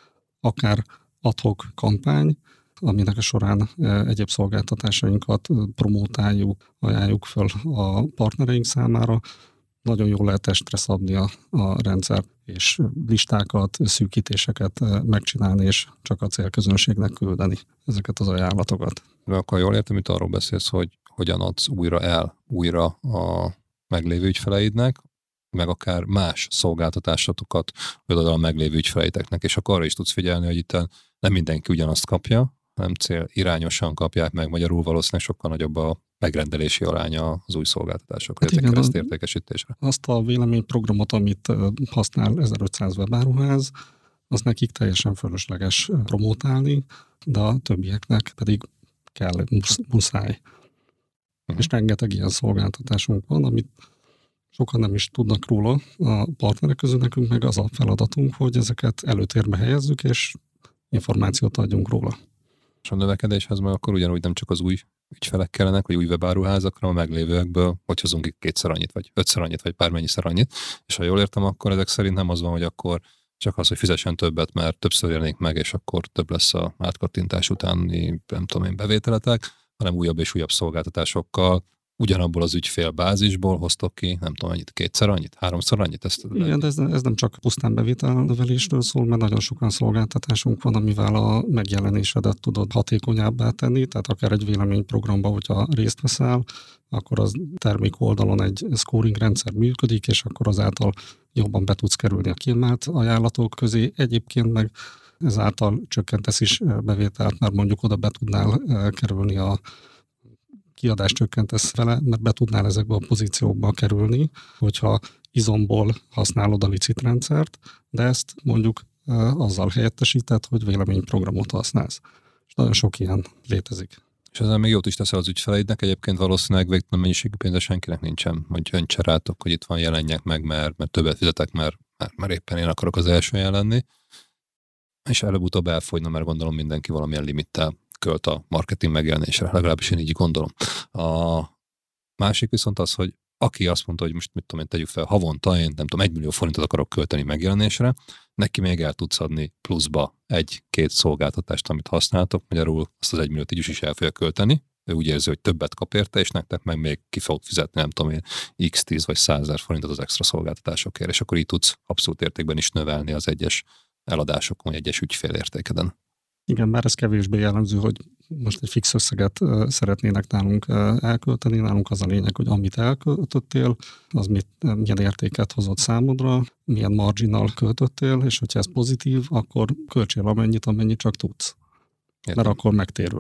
akár ad-hoc kampány, aminek a során egyéb szolgáltatásainkat promótáljuk, ajánljuk föl a partnereink számára. Nagyon jól lehet testre szabni a, a rendszer, és listákat, szűkítéseket megcsinálni, és csak a célközönségnek küldeni ezeket az ajánlatokat. De akkor jól értem, itt arról beszélsz, hogy hogyan adsz újra el, újra a meglévő ügyfeleidnek, meg akár más szolgáltatásokat oda a meglévő ügyfeleiteknek, és akkor arra is tudsz figyelni, hogy itt nem mindenki ugyanazt kapja, nem cél irányosan kapják meg, magyarul valószínűleg sokkal nagyobb a megrendelési aránya az új szolgáltatásokra, hát ezek keresztértékesítésre. Azt a véleményprogramot, amit használ ezerötszáz webáruház, az nekik teljesen fölösleges promótálni, de a többieknek pedig kell, musz, muszáj. Uh-huh. És rengeteg ilyen szolgáltatásunk van, amit sokan nem is tudnak róla a partnerek közül, nekünk meg az a feladatunk, hogy ezeket előtérbe helyezzük, és információt adjunk róla. És a növekedéshez meg akkor ugyanúgy nem csak az új ügyfelek kellenek, vagy új webáruházakra, a meglévőekből, hogy hozunk itt kétszer annyit, vagy ötször annyit, vagy bármennyiszer annyit. És ha jól értem, akkor ezek szerint nem az van, hogy akkor csak az, hogy fizessen többet, mert többször érnék meg, és akkor több lesz a átkattintás utáni, nem tudom én, bevételetek, hanem újabb és újabb szolgáltatásokkal, ugyanabból az ügyfélbázisból hoztok ki, nem tudom annyit, kétszer annyit, háromszor annyit. Ezt igen, de ez, ez nem csak pusztán bevételnövelésről szól, mert nagyon sokan szolgáltatásunk van, amivel a megjelenésedet tudod hatékonyabbá tenni, tehát akár egy véleményprogramban, hogyha részt veszel, akkor az termék oldalon egy scoring rendszer működik, és akkor azáltal jobban be tudsz kerülni a kiemelt ajánlatok közé. Egyébként meg ezáltal csökkentesz is bevételt, mert mondjuk oda be tudnál kerülni a kiadást csökkentesz vele, mert be tudnál ezekbe a pozíciókba kerülni, hogyha izomból használod a licitrendszert, de ezt mondjuk azzal helyettesíted, hogy véleményprogramot használsz. És nagyon sok ilyen létezik. És ezzel még jót is teszel az ügyfeleidnek, egyébként valószínűleg végtelen mennyiségű pénze senkinek nincsen, hogy öntse rátok, hogy itt van, jelenjek meg, mert, mert többet fizetek, mert, mert, mert éppen én akarok az első jelenni, és előbb-utóbb elfogyna, mert gondolom mindenki valamilyen limittel költ a marketing megjelenésre, legalábbis én így gondolom. A másik viszont az, hogy aki azt mondta, hogy most mit tudom én, tegyük fel, havonta én nem tudom, egy millió forintot akarok költeni megjelenésre, neki még el tudsz adni pluszba egy-két szolgáltatást, amit használtok, magyarul azt az egy milliót így is el fogja költeni, ő úgy érzi, hogy többet kap érte, és nektek meg még ki fog fizetni, nem tudom én, x tíz vagy százezer forintot az extra szolgáltatásokért, és akkor így tudsz abszolút értékben is növelni az egyes eladásokon, vagy egyes ügyfélértékeden. Igen, már ez kevésbé jellemző, hogy most egy fix összeget szeretnének nálunk elkölteni. Nálunk az a lényeg, hogy amit elköltöttél, az mit, milyen értéket hozott számodra, milyen marginnal költöttél, és hogyha ez pozitív, akkor költsél amennyit, amennyit csak tudsz. Értem. Mert akkor megtérül.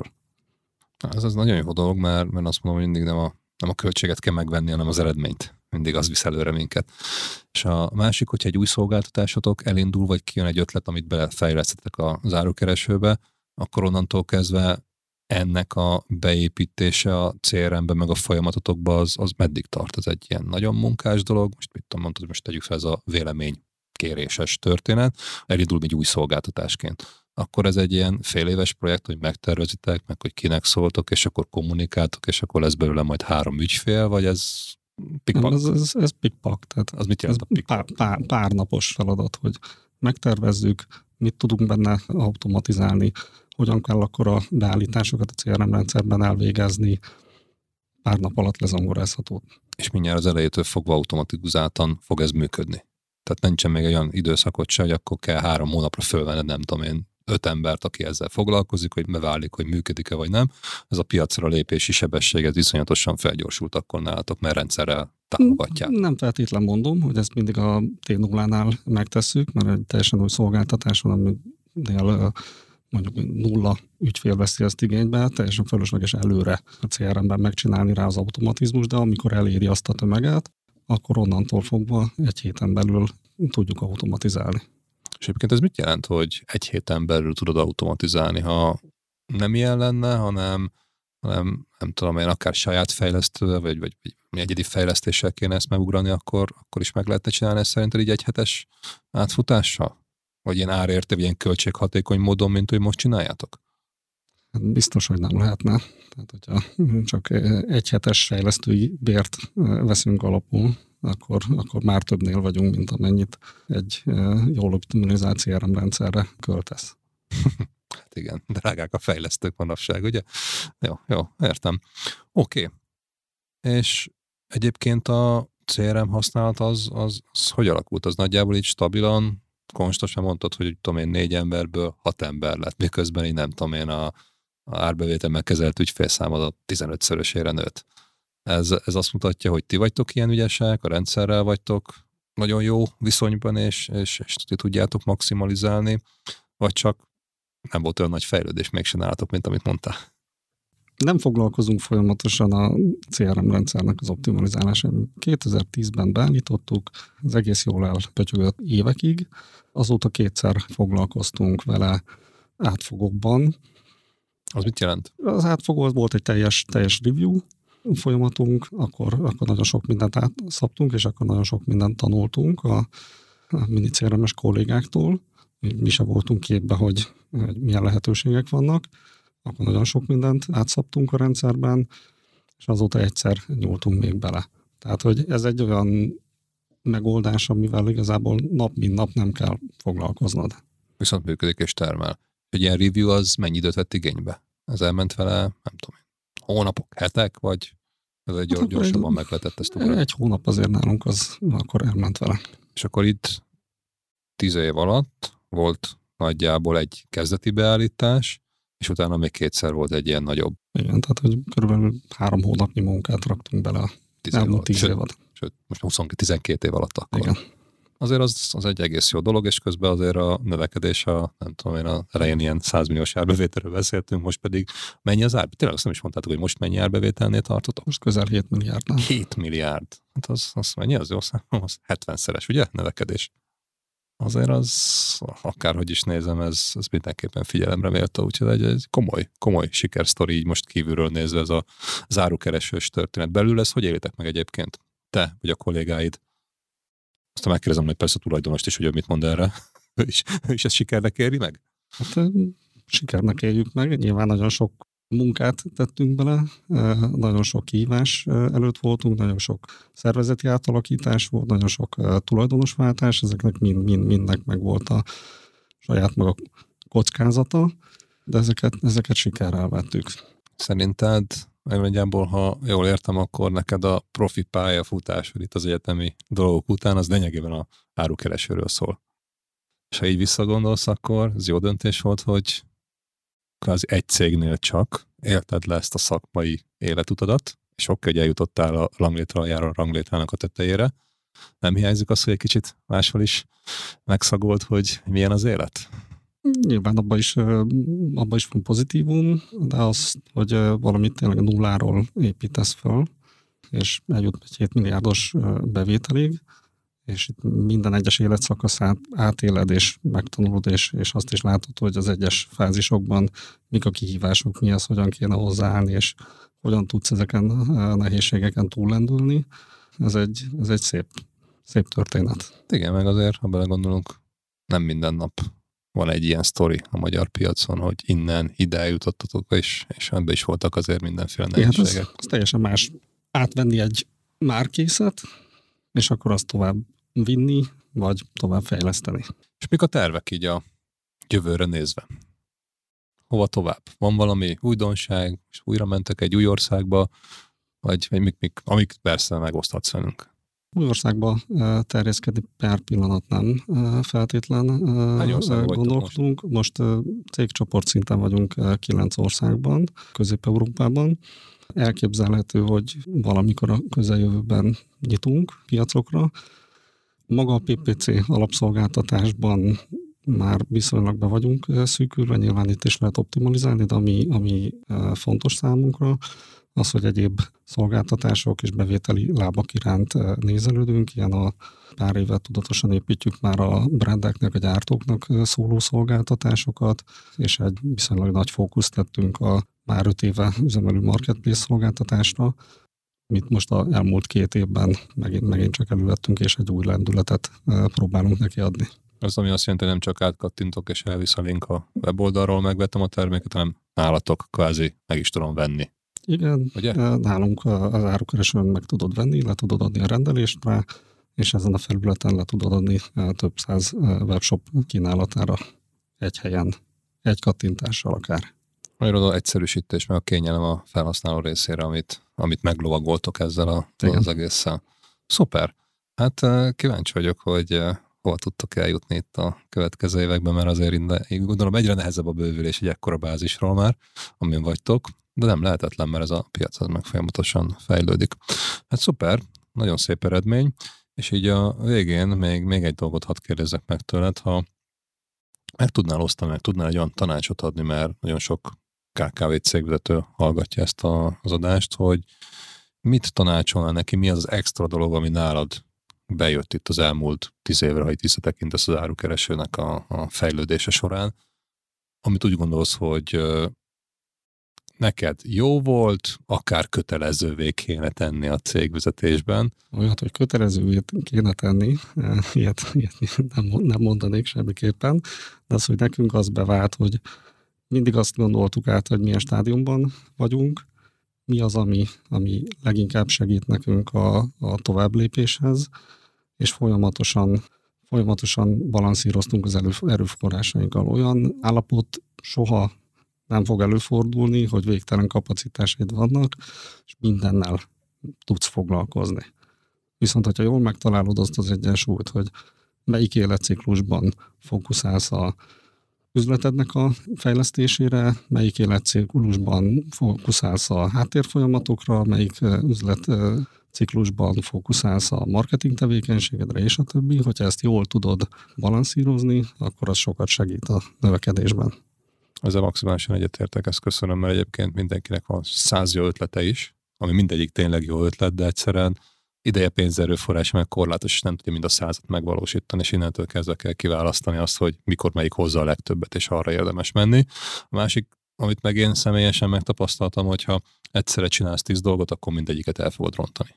Ez az nagyon jó dolog, mert, mert azt mondom, hogy mindig nem a, nem a költséget kell megvenni, hanem az eredményt. Mindig az visz előre minket. És a másik, hogyha egy új szolgáltatásotok elindul, vagy kijön egy ötlet, amit belefejlesztetek a zárókeresőbe, akkor onnantól kezdve ennek a beépítése a cé er em-be, meg a folyamatotokba az, az meddig tart? Ez egy ilyen nagyon munkás dolog. Most mit tudom, mondtad, most tegyük fel ez a vélemény kéréses történet, elindul egy új szolgáltatásként. Akkor ez egy ilyen fél éves projekt, hogy megtervezitek, meg hogy kinek szóltok, és akkor kommunikáltok, és akkor lesz belőle majd három ügyfél, vagy ez pikpak? Ez, ez, ez pikpak. Tehát az mit jelent a pikpak? Pár, pár, pár napos feladat, hogy megtervezzük, mit tudunk benne automatizálni, hogyan kell akkor a beállításokat a cé er em rendszerben elvégezni, pár nap alatt lezongorázható. És mindjárt az elejétől fogva automatizáltan fog ez működni. Tehát nincsen még olyan időszakot se, hogy akkor kell három hónapra fölvenned, nem tudom én, öt embert, aki ezzel foglalkozik, hogy beválik, hogy működik-e vagy nem. Ez a piacra lépési sebesség, ez iszonyatosan felgyorsult akkor nálatok, mert rendszerrel támogatják. Nem feltétlen mondom, hogy ezt mindig a té nullánál megtesszük, mert egy teljesen új szolgáltatás van, aminél mondjuk nulla ügyfél veszi ezt igénybe, teljesen fölösleges előre a cé er em-ben megcsinálni rá az automatizmus, de amikor eléri azt a tömeget, akkor onnantól fogva egy héten belül tudjuk automatizálni. És egyébként ez mit jelent, hogy egy héten belül tudod automatizálni, ha nem ilyen lenne, hanem, hanem nem tudom én, akár saját fejlesztő, vagy, vagy, vagy mi egyedi fejlesztéssel kéne ezt megugrani, akkor, akkor is meg lehetne csinálni ezt szerinted így egy hetes átfutással? Vagy ilyen árérte, vagy ilyen költséghatékony módon, mint hogy most csináljátok? Biztos, hogy nem lehetne. Tehát, hogyha csak egy hetes fejlesztői bért veszünk alapul, akkor, akkor már többnél vagyunk, mint amennyit egy jól optimalizált cé er em rendszerre költesz. Hát igen, drágák a fejlesztők manapság, ugye? Jó, jó, értem. Oké. Okay. És egyébként a cé er em használat az, az, az hogy alakult? Az nagyjából így stabilan, konstantosan mondtad, hogy tudom én, négy emberből hat ember lett, miközben így nem tudom én a, a árbevételemmel kezelt ügyfélszámodat tizenötszörösére nőtt. Ez, ez azt mutatja, hogy ti vagytok ilyen ügyesek, a rendszerrel vagytok nagyon jó viszonyban, és, és, és tudjátok maximalizálni, vagy csak nem volt olyan nagy fejlődés, mégsem nálatok, mint amit mondtál. Nem foglalkozunk folyamatosan a cé er em rendszernek az optimalizálásával. kétezer-tízben beállítottuk, az egész jól elpötyögött évekig, azóta kétszer foglalkoztunk vele átfogóban. Az mit jelent? Az átfogó volt egy teljes, teljes review folyamatunk, akkor, akkor nagyon sok mindent átszabtunk, és akkor nagyon sok mindent tanultunk a, a mini cé er em-es kollégáktól. Mi sem voltunk képbe, hogy, hogy milyen lehetőségek vannak. Akkor nagyon sok mindent átszabtunk a rendszerben, és azóta egyszer nyúltunk még bele. Tehát, hogy ez egy olyan megoldás, amivel igazából nap mint nap nem kell foglalkoznod. Viszont működik és termel. Egy ilyen review az mennyi időt vett igénybe? Ez elment vele, nem tudom, hónapok, hetek, vagy ez egy hát gyorsabban meg lehetett ezt ugrani? Egy hónap azért nálunk az akkor elment vele. És akkor itt tíz év alatt volt nagyjából egy kezdeti beállítás, és utána még kétszer volt egy ilyen nagyobb. Igen, tehát hogy körülbelül három hónapnyi munkát raktunk bele a elmúlt tíz év alatt. Sőt, most húsz, tizenkét év alatt akkor. Igen. Azért az, az egy egész jó dolog, és közben azért a növekedés, a, nem tudom én, az elején ilyen száz milliós árbevételről beszéltünk, most pedig mennyi az árbevétel? Tényleg azt nem is mondtátok, hogy most mennyi árbevételnél tartotok? Most közel hét milliárdnál. hét milliárd. Hát az, az mennyi? Az jó szám? Az hetvenszeres, ugye? Növekedés. Azért az, akárhogy is nézem, ez, ez mindenképpen figyelemre méltó, úgyhogy egy, egy komoly, komoly sikersztori így most kívülről nézve ez a zárukeresős történet. Belül ez hogy élitek meg egyébként? Te vagy a kollégáid? Aztán megkérdezem, hogy persze a tulajdonost is, hogy ő mit mond erre. ő, is, ő is ezt sikernek éri meg? Hát sikernek éljük meg. Nyilván nagyon sok munkát tettünk bele, nagyon sok kihívás előtt voltunk, nagyon sok szervezeti átalakítás volt, nagyon sok tulajdonosváltás, ezeknek mind, mind, mindnek meg volt a saját maga kockázata, de ezeket, ezeket sikerrel vettük. Szerinted, nagyjából, ha jól értem, akkor neked a profi pályafutásod itt az egyetemi dolgok után, az lényegében a árukeresőről szól. És ha így visszagondolsz, akkor ez jó döntés volt, hogy az egy cégnél csak élted le ezt a szakmai életutadat, és oké, hogy eljutottál a ranglétra aljára, a ranglétrának a tetejére. Nem hiányzik az, hogy egy kicsit máshol is megszagolt, hogy milyen az élet? Nyilván abban is, abba is van pozitívum, de az, hogy valamit tényleg nulláról építesz föl, és eljut egy hét milliárdos bevételig, és itt minden egyes életszakaszát átéled, és megtanulod, és, és azt is látod, hogy az egyes fázisokban mik a kihívások, mi az, hogyan kéne hozzáállni, és hogyan tudsz ezeken a nehézségeken túllendülni. Ez egy, ez egy szép, szép történet. Igen, meg azért, ha belegondolunk, nem minden nap van egy ilyen sztori a magyar piacon, hogy innen ide eljutottatok, és, és ebben is voltak azért mindenféle nehézségek. Igen, ez, ez teljesen más átvenni egy márkészet, és akkor azt tovább vinni, vagy tovább fejleszteni. És mik a tervek így a jövőre nézve? Hova tovább? Van valami újdonság, és újra mentek egy új országba, vagy, vagy mik, mik, amik persze megoszthatsz velünk? Új országba terjeszkedni per pillanat nem feltétlen gondolkodunk. Most, most cégcsoport szinten vagyunk kilenc országban, Közép-Európában. Elképzelhető, hogy valamikor a közeljövőben nyitunk piacokra. Maga a pé pé cé alapszolgáltatásban már viszonylag be vagyunk szűkülve, nyilván itt is lehet optimalizálni, de ami, ami fontos számunkra, az, hogy egyéb szolgáltatások és bevételi lábak iránt nézelődünk, ilyen a pár évet tudatosan építjük már a brandeknek, a gyártóknak szóló szolgáltatásokat, és egy viszonylag nagy fókuszt tettünk a már öt éve üzemelő marketplace szolgáltatásra, amit most az elmúlt két évben megint, megint csak elővettünk, és egy új lendületet próbálunk neki adni. Az, ami azt jelenti, hogy nem csak átkattintok és elvisz a link a weboldalról, megvettem a terméket, hanem nálatok kvázi meg is tudom venni. Igen, ugye? Nálunk az árukeresőn meg tudod venni, le tudod adni a rendelést rá, és ezen a felületen le tudod adni több száz webshop kínálatára egy helyen, egy kattintással akár. Magyarul az egyszerűsítés, meg a kényelem a felhasználó részére, amit, amit meglovagoltok ezzel a, az egésszel. Szuper! Hát kíváncsi vagyok, hogy hol tudtok eljutni itt a következő években, mert azért én gondolom egyre nehezebb a bővülés egy ekkora bázisról már, amin vagytok, de nem lehetetlen, mert ez a piac az meg folyamatosan fejlődik. Hát szuper, nagyon szép eredmény, és így a végén még, még egy dolgot hadd kérdezzek meg tőled, ha meg tudnál osztani, meg tudnál egy olyan tanácsot adni, mert nagyon sok ká ká vé cégvezető hallgatja ezt a, az adást, hogy mit tanácsolnál neki, mi az az extra dolog, ami nálad bejött itt az elmúlt tíz évre, ha itt visszatekintesz az árukeresőnek a, a fejlődése során, amit úgy gondolsz, hogy neked jó volt, akár kötelezővé kéne tenni a cégvezetésben. Olyat, hogy kötelezővé kéne tenni, ilyet, ilyet nem, nem mondanék semmiképpen, de az, hogy nekünk az bevált, hogy mindig azt gondoltuk át, hogy milyen stádiumban vagyunk, mi az, ami, ami leginkább segít nekünk a, a továbblépéshez, és folyamatosan, folyamatosan balanszíroztunk az elő, erőforrásainkkal. Olyan állapot soha nem fog előfordulni, hogy végtelen kapacitásaid vannak, és mindennel tudsz foglalkozni. Viszont, hogyha jól megtalálod azt az egyensúlyt, hogy melyik életciklusban fókuszálsz a üzletednek a fejlesztésére, melyik életciklusban fókuszálsz a háttérfolyamatokra, melyik üzletciklusban fókuszálsz a marketing tevékenységedre, és a többi. Hogyha ezt jól tudod balanszírozni, akkor az sokat segít a növekedésben. Ezzel maximálisan egyetértek, ezt köszönöm, mert egyébként mindenkinek van száz jó ötlete is, ami mindegyik tényleg jó ötlet, de egyszerűen ideje, pénz, erőforrás meg korlátos, és nem tudja mind a százat megvalósítani, és innentől kezdve kell kiválasztani azt, hogy mikor melyik hozza a legtöbbet, és arra érdemes menni. A másik, amit meg én személyesen megtapasztaltam, hogyha egyszerre csinálsz tíz dolgot, akkor mindegyiket el fogod rontani.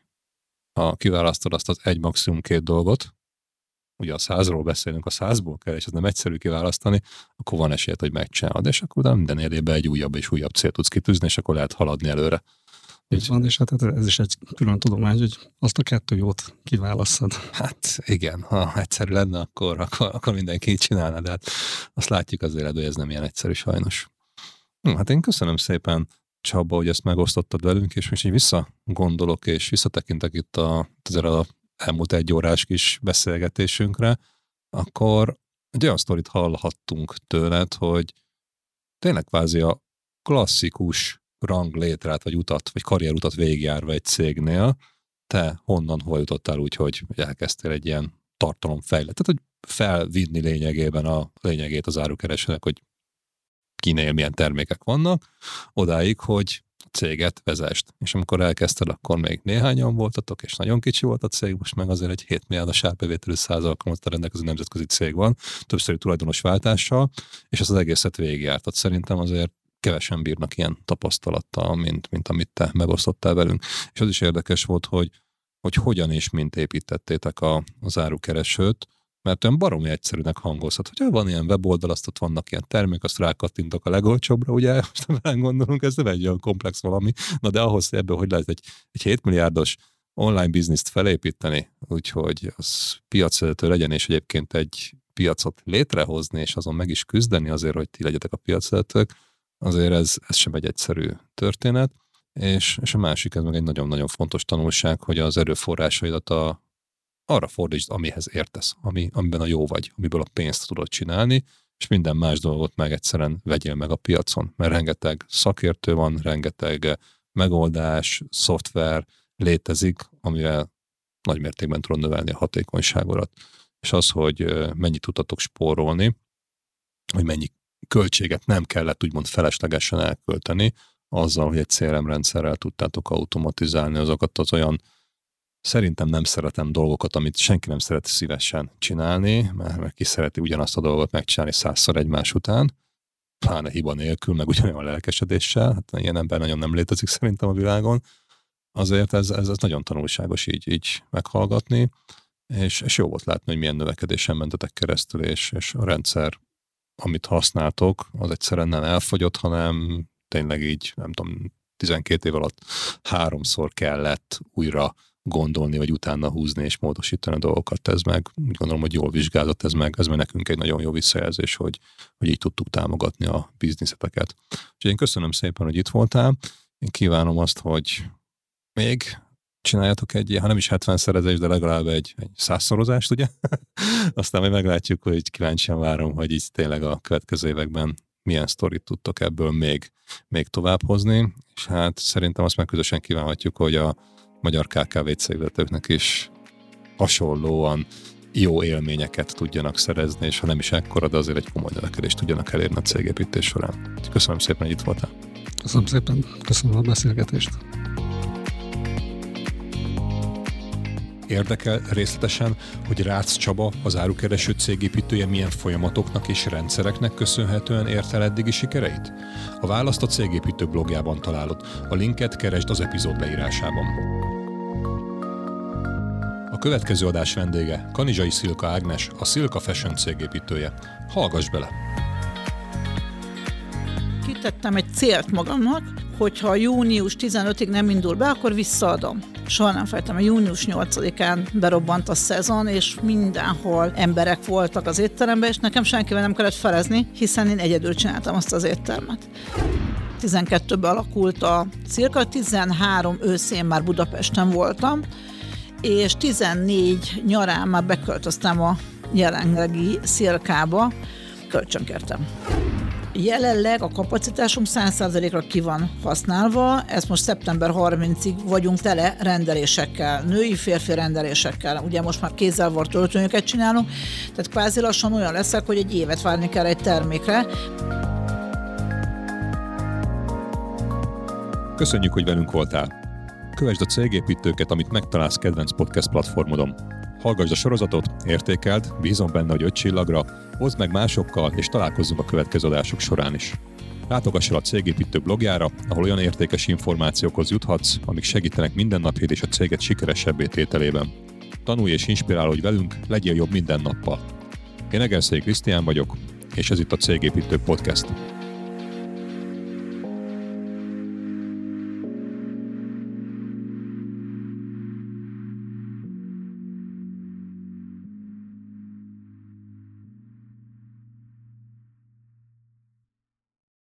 Ha kiválasztod azt az egy maximum két dolgot, ugye a százról beszélünk, a százból kell, és ez nem egyszerű kiválasztani, akkor van esélyed, hogy megcsinálod, és akkor de minden érdében egy újabb és újabb célt tudsz kitűzni, és akkor lehet haladni előre. Így van, és hát ez is egy külön tudomány, hogy azt a kettő jót kiválasszad. Hát igen, ha egyszerű lenne, akkor, akkor, akkor mindenki így csinálna, de hát azt látjuk azért, hogy ez nem ilyen egyszerű sajnos. Hm, hát én köszönöm szépen, Csaba, hogy ezt megosztottad velünk, és most így visszagondolok, és visszatekintek itt a, azért a elmúlt egy órás kis beszélgetésünkre, akkor egy olyan sztorit hallhattunk tőled, hogy tényleg kvázi a klasszikus ranglétrát, vagy utat, vagy karrierutat végigjárva egy cégnél, te honnan, hol jutottál úgy, hogy elkezdtél egy ilyen tartalomfejlet, tehát hogy felvinni lényegében a lényegét az árukeresőnek, hogy kinél milyen termékek vannak, odáig, hogy céget vezest. És amikor elkezdted, akkor még néhányan voltatok, és nagyon kicsi volt a cég, most meg azért egy hét milliárdos árbevételű száz alkalmazottan rendelkező nemzetközi cég van, többszörű tulajdonos váltással, és ezt az egészet végigjártad. Szerintem azért kevesen bírnak ilyen tapasztalattal, mint, mint amit te megosztottál velünk. És az is érdekes volt, hogy, hogy hogyan és mint építettétek a, az árukeresőt, mert olyan baromi egyszerűnek hangozhat, hogy van ilyen weboldal, azt ott vannak ilyen termék, azt rákattintok a legolcsóbbra, ugye, most nem gondolunk, ez nem egy olyan komplex valami, na de ahhoz, hogy ebből hogy lehet egy, egy hét milliárdos online bizniszt felépíteni, úgyhogy az piacvezető legyen, és egyébként egy piacot létrehozni, és azon meg is küzdeni azért, hogy ti legyetek a piacvezetők, azért ez, ez sem egy egyszerű történet, és, és a másik, ez meg egy nagyon-nagyon fontos tanulság, hogy az erőforrásaidat a arra fordítsd, amihez értesz, ami, amiben a jó vagy, amiből a pénzt tudod csinálni, és minden más dolgot meg egyszerűen vegyél meg a piacon, mert rengeteg szakértő van, rengeteg megoldás, szoftver létezik, amivel nagy mértékben tudod növelni a hatékonyságodat. És az, hogy mennyit tudtatok spórolni, hogy mennyi költséget nem kellett úgymond feleslegesen elkölteni, azzal, hogy egy cé er em rendszerrel tudtátok automatizálni azokat az olyan szerintem nem szeretem dolgokat, amit senki nem szereti szívesen csinálni, mert ki szereti ugyanazt a dolgot megcsinálni százszor egymás után, pláne hiba nélkül, meg ugyanolyan lelkesedéssel, hát ilyen ember nagyon nem létezik szerintem a világon, azért ez, ez, ez nagyon tanulságos így, így meghallgatni, és, és jó volt látni, hogy milyen növekedésen mentetek keresztül, és, és a rendszer, amit használtok, az egyszerűen nem elfogyott, hanem tényleg így, nem tudom, tizenkét év alatt háromszor kellett újra gondolni, vagy utána húzni és módosítani a dolgokat. Ez meg, úgy gondolom, hogy jól vizsgázott, ez meg, ez meg nekünk egy nagyon jó visszajelzés, hogy, hogy így tudtuk támogatni a bizniszeteket. Úgyhogy én köszönöm szépen, hogy itt voltál. Én kívánom azt, hogy még csináljatok egy ilyen, ha nem is hetvenszerezés, de legalább egy, egy százszorozást, ugye? Aztán majd meglátjuk, hogy kíváncsian várom, hogy így tényleg a következő években milyen sztorit tudtok ebből még, még tovább hozni, és hát szerintem azt meg közösen kívánhatjuk, hogy a magyar ká ká vé cégvezetőknek is hasonlóan jó élményeket tudjanak szerezni, és ha nem is ekkora, de azért egy komoly növekedést tudjanak elérni a cégépítés során. Köszönöm szépen, hogy itt voltál. Köszönöm szépen, köszönöm a beszélgetést. Érdekel részletesen, hogy Rácz Csaba, az árukereső cégépítője milyen folyamatoknak és rendszereknek köszönhetően ért el eddigi sikereit? A választ a Cégépítő blogjában találod, a linket keresd az epizód leírásában. A következő adás vendége Kanizsai Szilka Ágnes, a Szilka Fashion cégépítője. Hallgass bele! Kitettem egy célt magamnak, hogyha június tizenötödikéig nem indul be, akkor visszaadom. Soha nem felejtem, a június nyolcadikán berobbant a szezon, és mindenhol emberek voltak az étteremben, és nekem senkivel nem kellett felezni, hiszen én egyedül csináltam azt az éttermet. tizenkettőben alakult a Szilka, tizenhárom őszén már Budapesten voltam, és tizennégy nyarán már beköltöztem a jelenlegi Szilkába, kölcsönkértem. Jelenleg a kapacitásunk száz százalékra ki van használva, ezt most szeptember harmincadikáig vagyunk tele rendelésekkel, női, férfi rendelésekkel. Ugye most már kézzel vart öltönyöket csinálunk, tehát kvázi lassan olyan leszek, hogy egy évet várni kell egy termékre. Köszönjük, hogy velünk voltál! Kövesd a cégépítőket, amit megtalálsz kedvenc podcast platformodon. Hallgassd a sorozatot, értékeld, bízom benne, hogy öt csillagra, hozd meg másokkal, és találkozzunk a következő adások során is. Látogass el a Cégépítő blogjára, ahol olyan értékes információkhoz juthatsz, amik segítenek mindennapjét és a céget sikeresebbé tételében. Tanulj és inspirálódj velünk, legyél jobb minden nappal. Én Egerszegi Krisztián vagyok, és ez itt a Cégépítő Podcast.